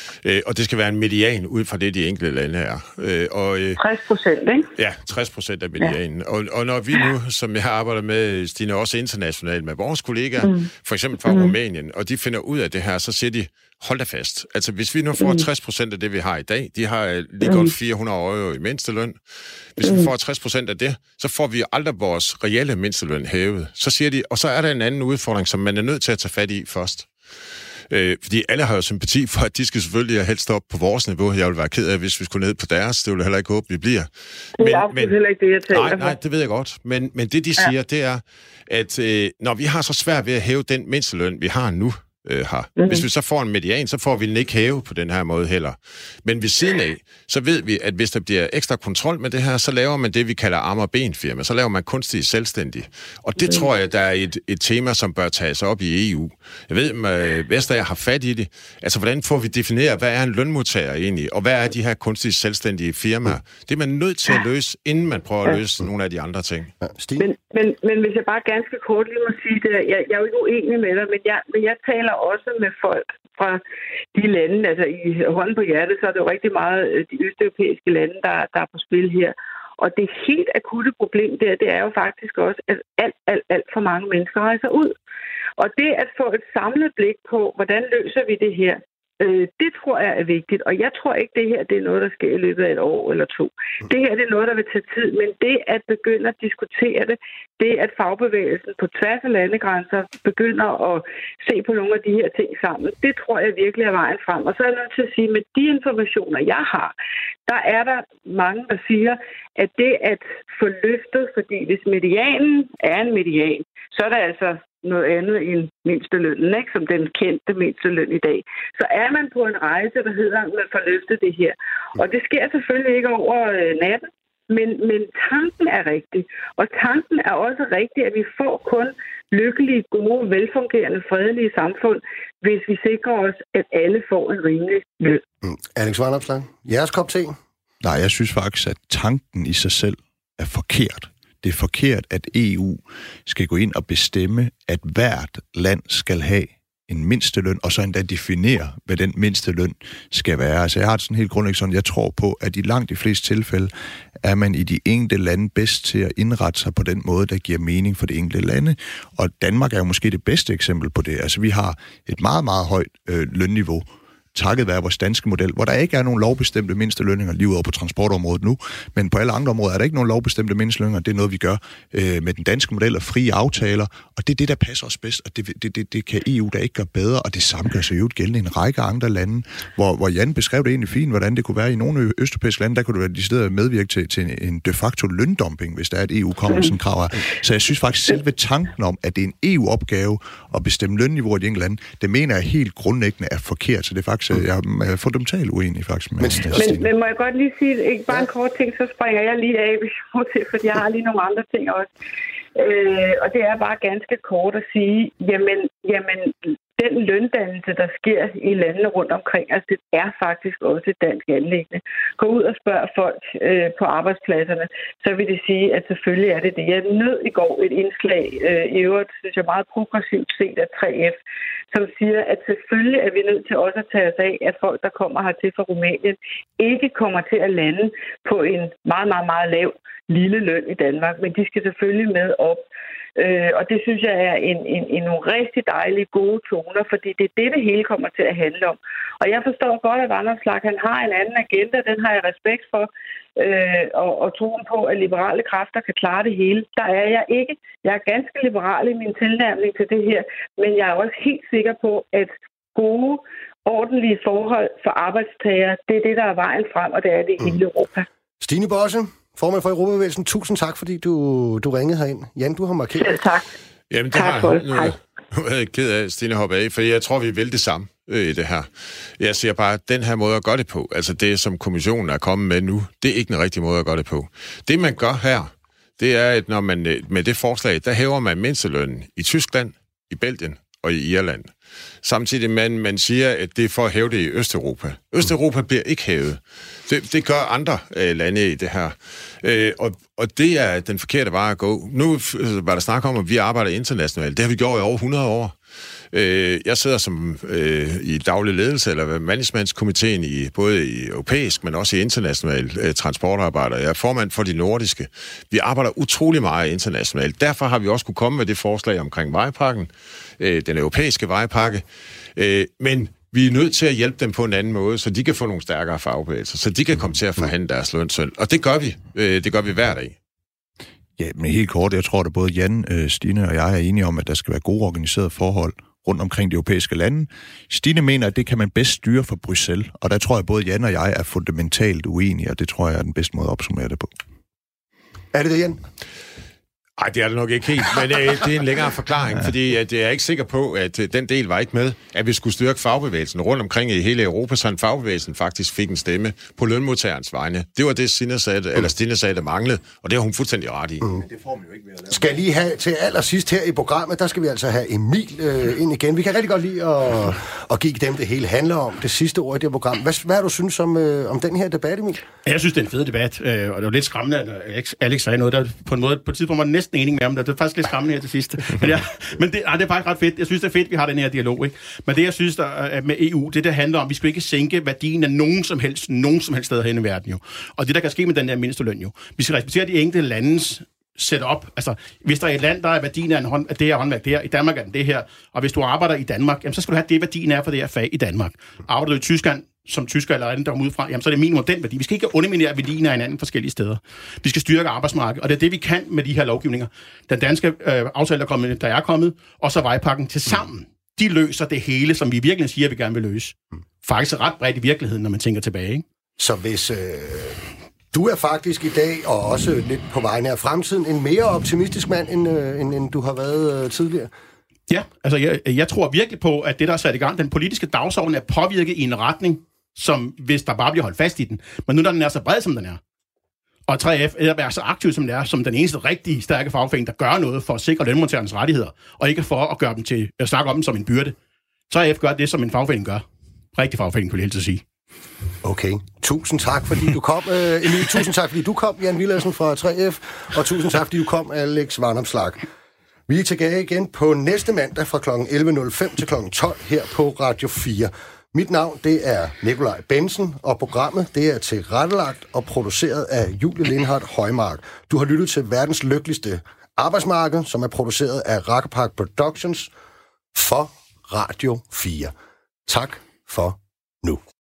og det skal være en median ud fra det, de enkelte lande er. Og, tres procent, ikke? Ja, tres procent af medianen. Ja. Og, og når vi nu, som jeg arbejder med, Stine, også internationalt med vores kollegaer, mm. for eksempel fra mm. Rumænien, og de finder ud af det her, så siger de, hold da fast. Altså, hvis vi nu får tres procent af det, vi har i dag, de har lige godt fire hundrede euro i mindsteløn. Hvis vi får tres procent af det, så får vi aldrig vores reelle mindsteløn hævet. Så siger de, og så er der en anden udfordring, som man er nødt til at tage fat i først. Øh, fordi alle har jo sympati for, at de skal selvfølgelig helst op på vores niveau. Jeg vil være ked af, hvis vi skulle ned på deres. Det vil jeg heller ikke håbe, vi bliver. Men, det er absolut heller ikke det, jeg taler nej, nej, det ved jeg godt. Men, men det, de siger, ja. det er, at øh, når vi har så svært ved at hæve den mindsteløn, vi har nu, Øh, har. Mm-hmm. Hvis vi så får en median, så får vi den ikke hæve på den her måde heller. Men ved siden af, så ved vi, at hvis der bliver ekstra kontrol med det her, så laver man det, vi kalder arm- og benfirma. Så laver man kunstige selvstændige. Og det mm. tror jeg, der er et, et tema, som bør tages op i E U. Jeg ved, at Vestager har fat i det. Altså, hvordan får vi defineret, hvad er en lønmodtager egentlig? Og hvad er de her kunstige selvstændige firmaer? Det er man nødt til at løse, inden man prøver at løse nogle af de andre ting. Ja, men, men, men hvis jeg bare ganske kort lige må sige det, jeg, jeg er jo ikke uenig med dig, men jeg, men jeg taler også med folk fra de lande, altså i hånden på hjertet, så er det jo rigtig meget de østeuropæiske lande, der, der er på spil her. Og det helt akutte problem der, det er jo faktisk også, at alt, alt, alt for mange mennesker rejser ud. Og det at få et samlet blik på, hvordan løser vi det her, øh, det tror jeg er vigtigt. Og jeg tror ikke, det her det er noget, der sker i løbet af et år eller to. Det her det er noget, der vil tage tid, men det at begynde at diskutere det, det at fagbevægelsen på tværs af landegrænser begynder at se på nogle af de her ting sammen, det tror jeg virkelig er vejen frem. Og så er jeg nødt til at sige, at med de informationer, jeg har, der er der mange, der siger, at det at få løftet, fordi hvis medianen er en median, så er der altså noget andet end mindstelønnen, ikke? Som den kendte mindsteløn i dag. Så er man på en rejse, der hedder, at man får løftet det her. Og det sker selvfølgelig ikke over øh, natten, men, men tanken er rigtig. Og tanken er også rigtig, at vi får kun lykkelige, gode, velfungerende, fredelige samfund, hvis vi sikrer os, at alle får en rimelig løn. Mm. Alex Vanopslagh, jeres kop te? Nej, jeg synes faktisk, at tanken i sig selv er forkert. det er forkert, at E U skal gå ind og bestemme, at hvert land skal have en mindsteløn, og så endda definere, hvad den mindsteløn skal være. Altså jeg har det sådan helt grundlæggende sådan, jeg tror på, at i langt de fleste tilfælde er man i de enkelte lande bedst til at indrette sig på den måde, der giver mening for de enkelte lande. Og Danmark er jo måske det bedste eksempel på det. Altså vi har et meget, meget højt øh, lønniveau, takket være vores danske model, hvor der ikke er nogen lovbestemte mindstelønninger lige ude på transportområdet nu, men på alle andre områder er der ikke nogen lovbestemte mindstelønninger. Det er noget, vi gør øh, med den danske model og frie aftaler, og det er det, der passer os bedst, og det, det, det, det kan E U da ikke gøre bedre, og det samme gør sig jo gældende i en række andre lande, hvor, hvor Jan beskrev det egentlig fint, hvordan det kunne være i nogle østeuropæiske lande, der kunne det være decideret medvirke til, til en de facto løndumping, hvis der er et E U kommer med sådan krav. Så jeg synes faktisk, selve tanken om, at det er en E U-opgave at bestemme lønniveau i de enkelte lande, det mener jeg helt grundlæggende er forkert, så det er faktisk så jeg er fundamentalt uenig faktisk med. Men, men, men må jeg godt lige sige, ikke bare en kort ting, så springer jeg lige af, fordi jeg har lige nogle andre ting også. Øh, og det er bare ganske kort at sige, jamen, jamen den løndannelse, der sker i landene rundt omkring, altså det er faktisk også et dansk anliggende. Gå ud og spørg folk øh, på arbejdspladserne, så vil de sige, at selvfølgelig er det det. Jeg nød i går et indslag, øh, i øvrigt, synes jeg, meget progressivt set af tre F, som siger, at selvfølgelig er vi nødt til også at tage os af, at folk, der kommer hertil fra Rumænien, ikke kommer til at lande på en meget, meget, meget lav lille løn i Danmark, men de skal selvfølgelig med op. Øh, og det synes jeg er en, en, en nogle rigtig dejlige, gode toner, fordi det er det, det hele kommer til at handle om. Og jeg forstår godt, at Vanopslagh, han har en anden agenda, den har jeg respekt for, øh, og, og troen på, at liberale kræfter kan klare det hele. Der er jeg ikke. Jeg er ganske liberal i min tilnærmning til det her, men jeg er også helt sikker på, at gode, ordentlige forhold for arbejdstagere, det er det, der er vejen frem, og det er det i hele Europa. Stine Bosse, formand for Europabevægelsen, tusind tak, fordi du, du ringede herind. Jan, du har markeret. Ja, tak. Jamen, det tak har for jeg. det. Nu, nu er jeg ked af, at Stine hopper af, for jeg tror, vi vil det samme øh, i det her. Jeg siger bare, at den her måde at gøre det på, altså det, som kommissionen er kommet med nu, det er ikke den rigtige måde at gøre det på. Det, man gør her, det er, at når man med det forslag, der hæver man mindstelønnen i Tyskland, i Belgien og i Irland. Samtidig med, at man siger, at det er for at hæve det i Østeuropa. Østeuropa bliver ikke hævet. Det, det gør andre øh, lande i det her. Øh, og, og det er den forkerte vej at gå. Nu var der snak om, at vi arbejder internationalt. Det har vi gjort i over hundrede år. Øh, jeg sidder som øh, i daglig ledelse, eller managementskomiteen, i, både i europæisk, men også i international øh, transportarbejder. Jeg er formand for de nordiske. Vi arbejder utrolig meget internationalt. Derfor har vi også kunne komme med det forslag omkring vejpakken, øh, den europæiske vejpakke. Øh, men vi er nødt til at hjælpe dem på en anden måde, så de kan få nogle stærkere fagbevægelser, så de kan komme til at forhandle deres lønsøl. Og det gør vi. Øh, det gør vi hver dag. Ja, men helt kort, jeg tror, at både Jan, Stine og jeg er enige om, at der skal være gode organiserede forhold rundt omkring de europæiske lande. Stine mener, at det kan man bedst styre fra Bruxelles, og der tror jeg, at både Jan og jeg er fundamentalt uenige, og det tror jeg er den bedste måde at opsummere det på. Er det det, Jan? Nej, det er det nok ikke helt, men øh, det er en længere forklaring, ja. fordi at jeg er ikke sikker på, at øh, den del var ikke med, at vi skulle styrke fagbevægelsen rundt omkring i hele Europa, så en fagbevægelsen faktisk fik en stemme på lønmodtagerens vegne. Det var det, Stine sagde, eller Stine sagde, der manglede, og det har hun fuldstændig ret i. Mm. Men det får man jo ikke ved at lave. Skal lige have til allersidst her i programmet, der skal vi altså have Emil øh, ind igen. Vi kan rigtig godt lide at, at give dem, det hele handler om, det sidste ord i det program. Hvad, hvad har du synes om, øh, om den her debat, Emil? Jeg synes, det er en fed debat, øh, og det var lidt skræmmende, at Alex, Alex sagde noget, der på en måde, på et tidspunkt var næsten enig med ham, der det er faktisk lidt skræmmende her til sidst. Men, ja, men det, nej, det er faktisk ret fedt. Jeg synes, det er fedt, vi har den her dialog. Ikke? Men det, jeg synes, der er med E U, det der handler om, vi skal ikke sænke værdien af nogen som helst, nogen som helst steder hen i verden. Jo. Og det, der kan ske med den der mindsteløn, jo. Vi skal respektere de enkelte landes setup. Altså, hvis der er et land, der er værdien af en hånd, det her håndværk der, i Danmark er den det her, og hvis du arbejder i Danmark, jamen, så skal du have det, værdien er for det her fag i Danmark. Arbejder du i Tyskland, som tysker eller andet, der kommer ud fra, jamen så er det minimum den værdi. Vi skal ikke underminere værdien af hinanden forskellige steder. Vi skal styrke arbejdsmarkedet, og det er det, vi kan med de her lovgivninger. Den danske øh, aftale, der, kommet, der er kommet, og så vejpakken til sammen, de løser det hele, som vi virkelig siger, at vi gerne vil løse. Faktisk ret bredt i virkeligheden, når man tænker tilbage. Ikke? Så hvis øh, du er faktisk i dag, og også lidt på vejen af fremtiden, en mere optimistisk mand, end, øh, end, end du har været øh, tidligere? Ja, altså jeg, jeg tror virkelig på, at det, der er sat i gang, den politiske dagsorden er påvirket i en retning, som hvis der bare bliver holdt fast i den. Men nu, når den er så bred, som den er, og tre F er så aktiv, som den er, som den eneste rigtig stærke fagforening, der gør noget for at sikre lønmodtagernes rettigheder, og ikke for at gøre dem til at snakke om dem som en byrde. tre F gør det, som en fagforening gør. Rigtig fagforening, kunne jeg helt til at sige. Okay. Tusind tak, fordi du kom, øh, Emil. Tusind tak, fordi du kom, Jan Villadsen fra tre F. Og tusind tak, fordi du kom, Alex Vanopslagh. Vi er tilbage igen på næste mandag fra klokken elleve nul fem til klokken tolv her på Radio fire. Mit navn, det er Nikolaj Bensen, og programmet, det er tilrettelagt og produceret af Julie Lindhardt Højmark. Du har lyttet til verdens lykkeligste arbejdsmarked, som er produceret af Rakkerpark Productions for Radio fire. Tak for nu.